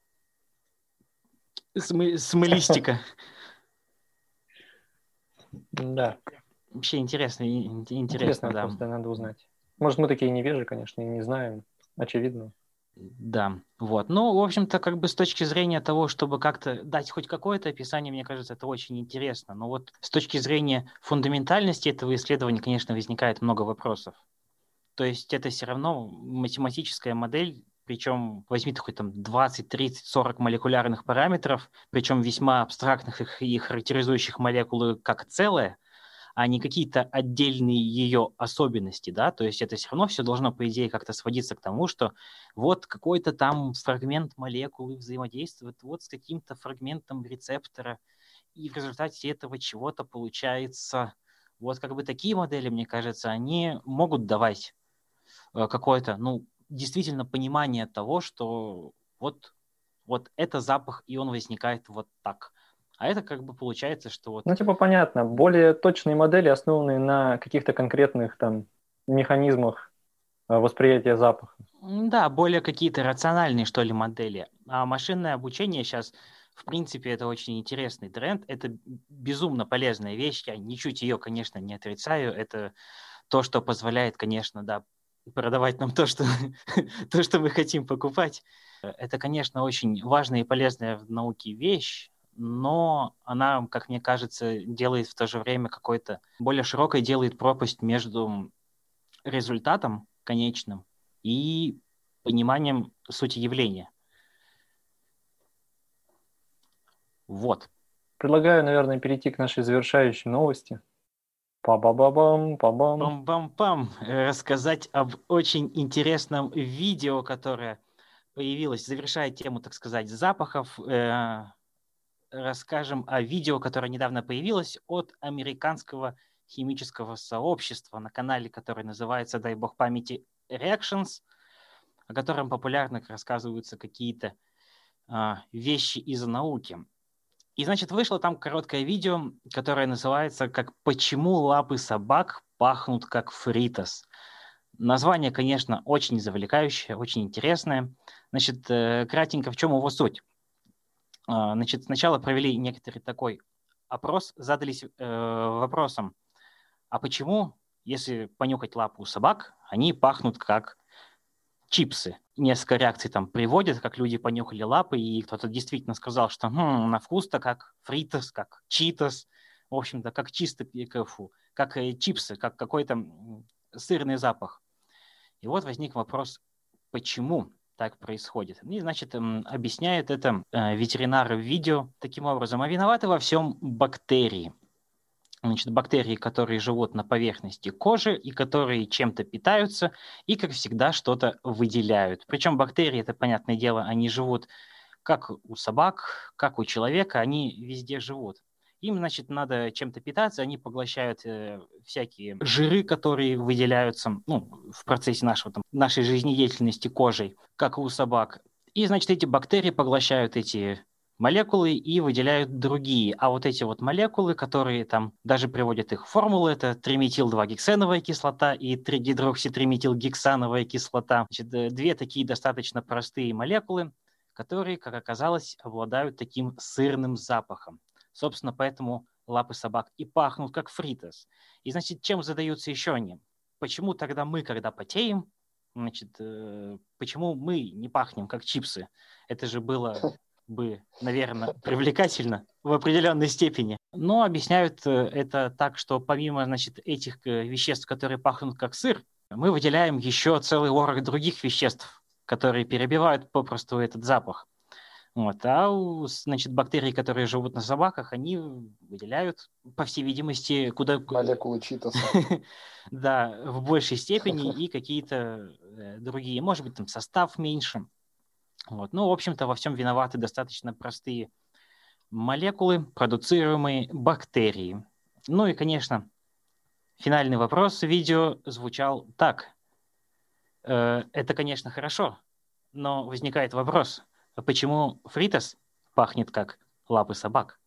Смы- Смолистика. Да. Вообще интересно, и- ин- интересно, Интересно да. просто, надо узнать. Может, мы такие невежи, конечно, и не знаем. Очевидно. Да, вот. Ну, в общем-то, как бы с точки зрения того, чтобы как-то дать хоть какое-то описание, мне кажется, это очень интересно. Но вот с точки зрения фундаментальности этого исследования, конечно, возникает много вопросов. То есть это все равно математическая модель, причем возьми такой там двадцать, тридцать, сорок молекулярных параметров, причем весьма абстрактных их- и характеризующих молекулы как целое, а не какие-то отдельные ее особенности, да, то есть это все равно все должно, по идее, как-то сводиться к тому, что вот какой-то там фрагмент молекулы взаимодействует вот с каким-то фрагментом рецептора, и в результате этого чего-то получается. Вот как бы такие модели, мне кажется, они могут давать э, какое-то, ну, действительно понимание того, что вот, вот это запах, и он возникает вот так. А это как бы получается, что вот Ну, типа, понятно. Более точные модели, основанные на каких-то конкретных там механизмах э, восприятия запаха. м, да, более какие-то рациональные, что ли, модели. А машинное обучение сейчас, в принципе, это очень интересный тренд. Это безумно полезная вещь. Я ничуть ее, конечно, не отрицаю. Это то, что позволяет, конечно, да, продавать нам то, что, то, что мы хотим покупать. Это, конечно, очень важная и полезная в науке вещь, но она, как мне кажется, делает в то же время какой-то более широкой, делает пропасть между результатом конечным и пониманием сути явления. Вот. Предлагаю, наверное, перейти к нашей завершающей новости. Па-ба-ба-бам, па-бам. Пам-пам-пам. Рассказать об очень интересном видео, которое появилось, завершая тему, так сказать, запахов. Э, расскажем о видео, которое недавно появилось от американского химического сообщества на канале, который называется, дай бог памяти, Reactions, о котором популярно рассказываются какие-то а, вещи из науки. И, значит, вышло там короткое видео, которое называется как «Почему лапы собак пахнут как фритос?». Название, конечно, очень завлекающее, очень интересное. Значит, э, кратенько, в чем его суть? А, Значит, сначала провели некоторый такой опрос, задались э, вопросом, а почему, если понюхать лапу у собак, они пахнут как чипсы? Несколько реакций там приводят, как люди понюхали лапы, и кто-то действительно сказал, что хм, на вкус-то как фритос, как читос, в общем-то, как чисто, фу, как э, чипсы, как какой-то м, сырный запах. И вот возник вопрос, почему так происходит. И, значит, м, объясняет это э, ветеринары в видео таким образом. А виноваты во всем бактерии. Значит, бактерии, которые живут на поверхности кожи и которые чем-то питаются и, как всегда, что-то выделяют. Причем бактерии, это, понятное дело, они живут как у собак, как у человека, они везде живут. Им, значит, надо чем-то питаться, они поглощают э, всякие жиры, которые выделяются ну, в процессе нашего, там, нашей жизнедеятельности кожей, как и у собак. И, значит, эти бактерии поглощают эти молекулы и выделяют другие. А вот эти вот молекулы, которые там даже приводят их формулы, это триметил два гексеновая кислота и тригидрокситриметилгексановая кислота. Значит, две такие достаточно простые молекулы, которые, как оказалось, обладают таким сырным запахом. Собственно, поэтому лапы собак и пахнут как фритос. И, значит, чем задаются еще они? Почему тогда мы, когда потеем, значит, э, почему мы не пахнем как чипсы? Это же было бы, наверное, привлекательно в определенной степени. Но объясняют это так, что помимо, значит, этих веществ, которые пахнут как сыр, мы выделяем еще целый ворох других веществ, которые перебивают попросту этот запах. Вот. А у, значит, бактерии, которые живут на собаках, они выделяют, по всей видимости, куда... Молекулы читоса. Да, в большей степени и какие-то другие. Может быть, там состав меньше. Вот. Ну, в общем-то, во всем виноваты достаточно простые молекулы, продуцируемые бактерией. Ну и, конечно, финальный вопрос видео звучал так. Э, это, конечно, хорошо, но возникает вопрос, а почему фритос пахнет как лапы собак?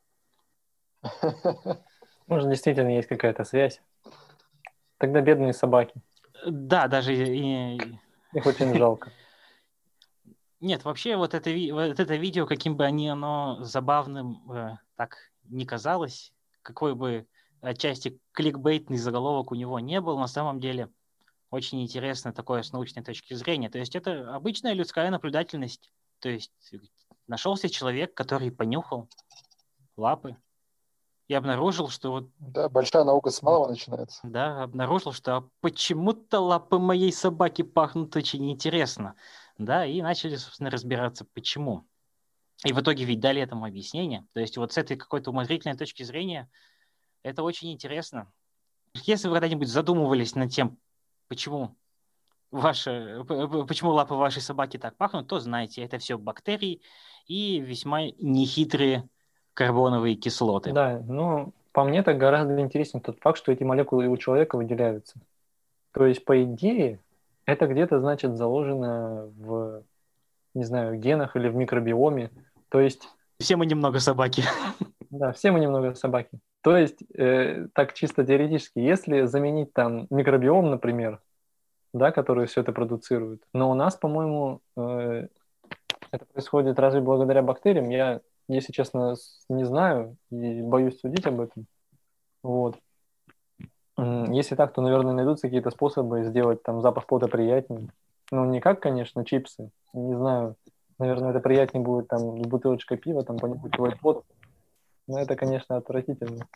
Может, действительно есть какая-то связь. Тогда бедные собаки. Да, даже... И... Их очень жалко. Нет, вообще вот это, вот это видео, каким бы они, оно забавным э, так не казалось, какой бы отчасти кликбейтный заголовок у него не был, на самом деле очень интересно такое с научной точки зрения. То есть это обычная людская наблюдательность. То есть нашелся человек, который понюхал лапы и обнаружил, что вот... Да, большая наука с малого начинается. Да, обнаружил, что почему-то лапы моей собаки пахнут очень интересно. Да, и начали, собственно, разбираться, почему. И в итоге ведь дали этому объяснение. То есть вот с этой какой-то умозрительной точки зрения это очень интересно. Если вы когда-нибудь задумывались над тем, почему, ваши, почему лапы вашей собаки так пахнут, то знаете, это все бактерии и весьма нехитрые карбоновые кислоты. Да, но по мне так гораздо интереснее тот факт, что эти молекулы и у человека выделяются. То есть, по идее, это где-то, значит, заложено в, не знаю, генах или в микробиоме. То есть... Все мы немного собаки. Да, все мы немного собаки. То есть, э, так чисто теоретически, если заменить там микробиом, например, да, который все это продуцирует, но у нас, по-моему, э, это происходит разве благодаря бактериям? Я, если честно, не знаю и боюсь судить об этом. Вот. Если так, то, наверное, найдутся какие-то способы сделать там запах пота приятнее. Ну, не как, конечно, чипсы. Не знаю. Наверное, это приятнее будет там с бутылочкой пива, там понюхать твой пот. Но это, конечно, отвратительно.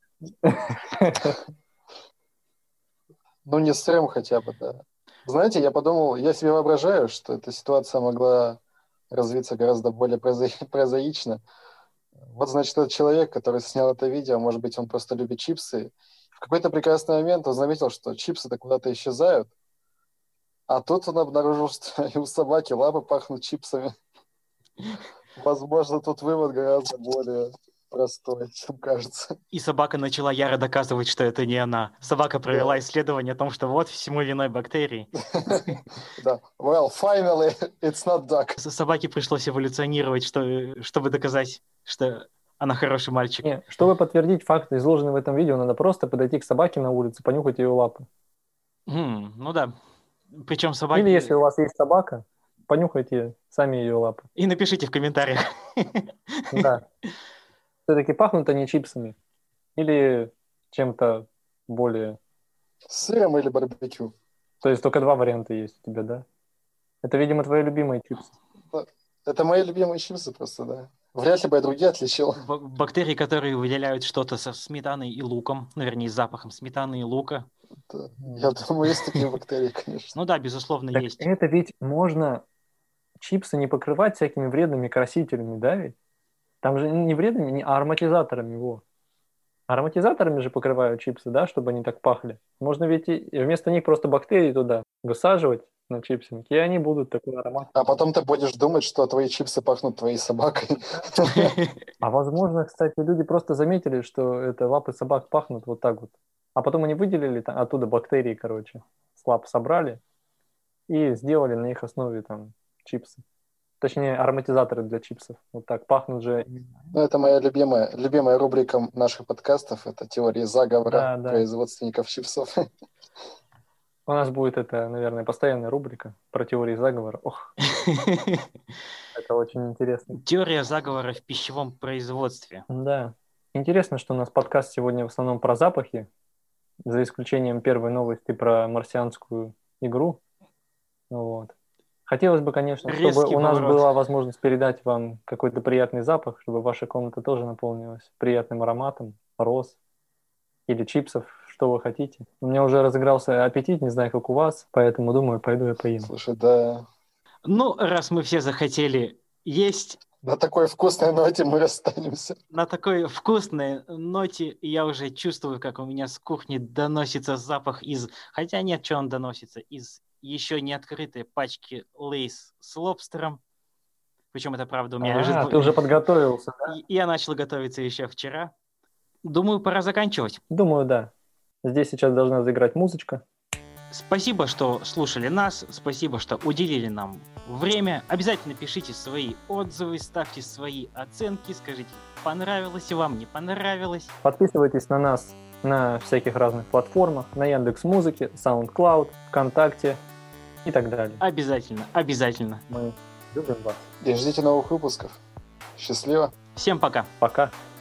Ну, не стрём хотя бы, да. Знаете, я подумал, я себе воображаю, что эта ситуация могла развиться гораздо более проза- прозаично. Вот, значит, этот человек, который снял это видео, может быть, он просто любит чипсы. В какой-то прекрасный момент он заметил, что чипсы-то куда-то исчезают. А тут он обнаружил, что и у собаки лапы пахнут чипсами. Возможно, тут вывод гораздо более простой, чем кажется. И собака начала яро доказывать, что это не она. Собака провела исследование о том, что вот всему виной бактерии. Да. Well, finally, it's not duck. Собаке пришлось эволюционировать, что, чтобы доказать, что она хороший мальчик. Не, чтобы подтвердить факт, изложенный в этом видео, надо просто подойти к собаке на улице, понюхать ее лапы. Mm, ну да. Причем собаки... Или если у вас есть собака, понюхайте сами ее лапы. И напишите в комментариях. Да. Все-таки пахнут они чипсами или чем-то более... Сыром или барбекю? То есть только два варианта есть у тебя, да? Это, видимо, твои любимые чипсы. Это мои любимые чипсы просто, да. Вряд ли бы я другие отличил. Бактерии, которые выделяют что-то со сметаной и луком, ну, вернее, с запахом сметаны и лука. Да. Я думаю, есть такие бактерии, конечно. Ну да, безусловно, Так есть. это ведь можно чипсы не покрывать всякими вредными красителями, да ведь? Там же не вредными, не а ароматизаторами его. Ароматизаторами же покрывают чипсы, да, чтобы они так пахли. Можно ведь и вместо них просто бактерии туда высаживать на чипсинки, и они будут такой аромат. А потом ты будешь думать, что твои чипсы пахнут твоей собакой. А возможно, кстати, люди просто заметили, что это лапы собак пахнут вот так вот. А потом они выделили там, оттуда бактерии, короче, с лап собрали и сделали на их основе там чипсы. Точнее, ароматизаторы для чипсов. Вот так пахнут же. Ну, это моя любимая, любимая рубрика наших подкастов. Это теории заговора Да, да. производственников чипсов. У нас будет это, наверное, постоянная рубрика про теории заговора. Ох, это очень интересно. Теория заговора в пищевом производстве. Да. Интересно, что у нас подкаст сегодня в основном про запахи, за исключением первой новости про марсианскую игру. Вот. Хотелось бы, конечно, чтобы Резкий у нас поворот. была возможность передать вам какой-то приятный запах, чтобы ваша комната тоже наполнилась приятным ароматом роз или чипсов, что вы хотите. У меня уже разыгрался аппетит, не знаю, как у вас, поэтому, думаю, пойду я поем. Слушай, да, Ну, раз мы все захотели есть, на такой вкусной ноте мы расстанемся. на такой вкусной ноте я уже чувствую, как у меня с кухни доносится запах из... Хотя нет, что он доносится? Из еще не открытой пачки Лейс с лобстером. Причем это правда у меня лежит... А, в- ты уже подготовился, да? И Я начал готовиться еще вчера. Думаю, пора заканчивать. Думаю, да. Здесь сейчас должна заиграть музычка. Спасибо, что слушали нас, спасибо, что уделили нам время. Обязательно пишите свои отзывы, ставьте свои оценки, скажите, понравилось вам, не понравилось. Подписывайтесь на нас на всяких разных платформах, на Яндекс.Музыке, SoundCloud, ВКонтакте и так далее. Обязательно, обязательно. Мы любим вас. И ждите новых выпусков. Счастливо. Всем пока. Пока.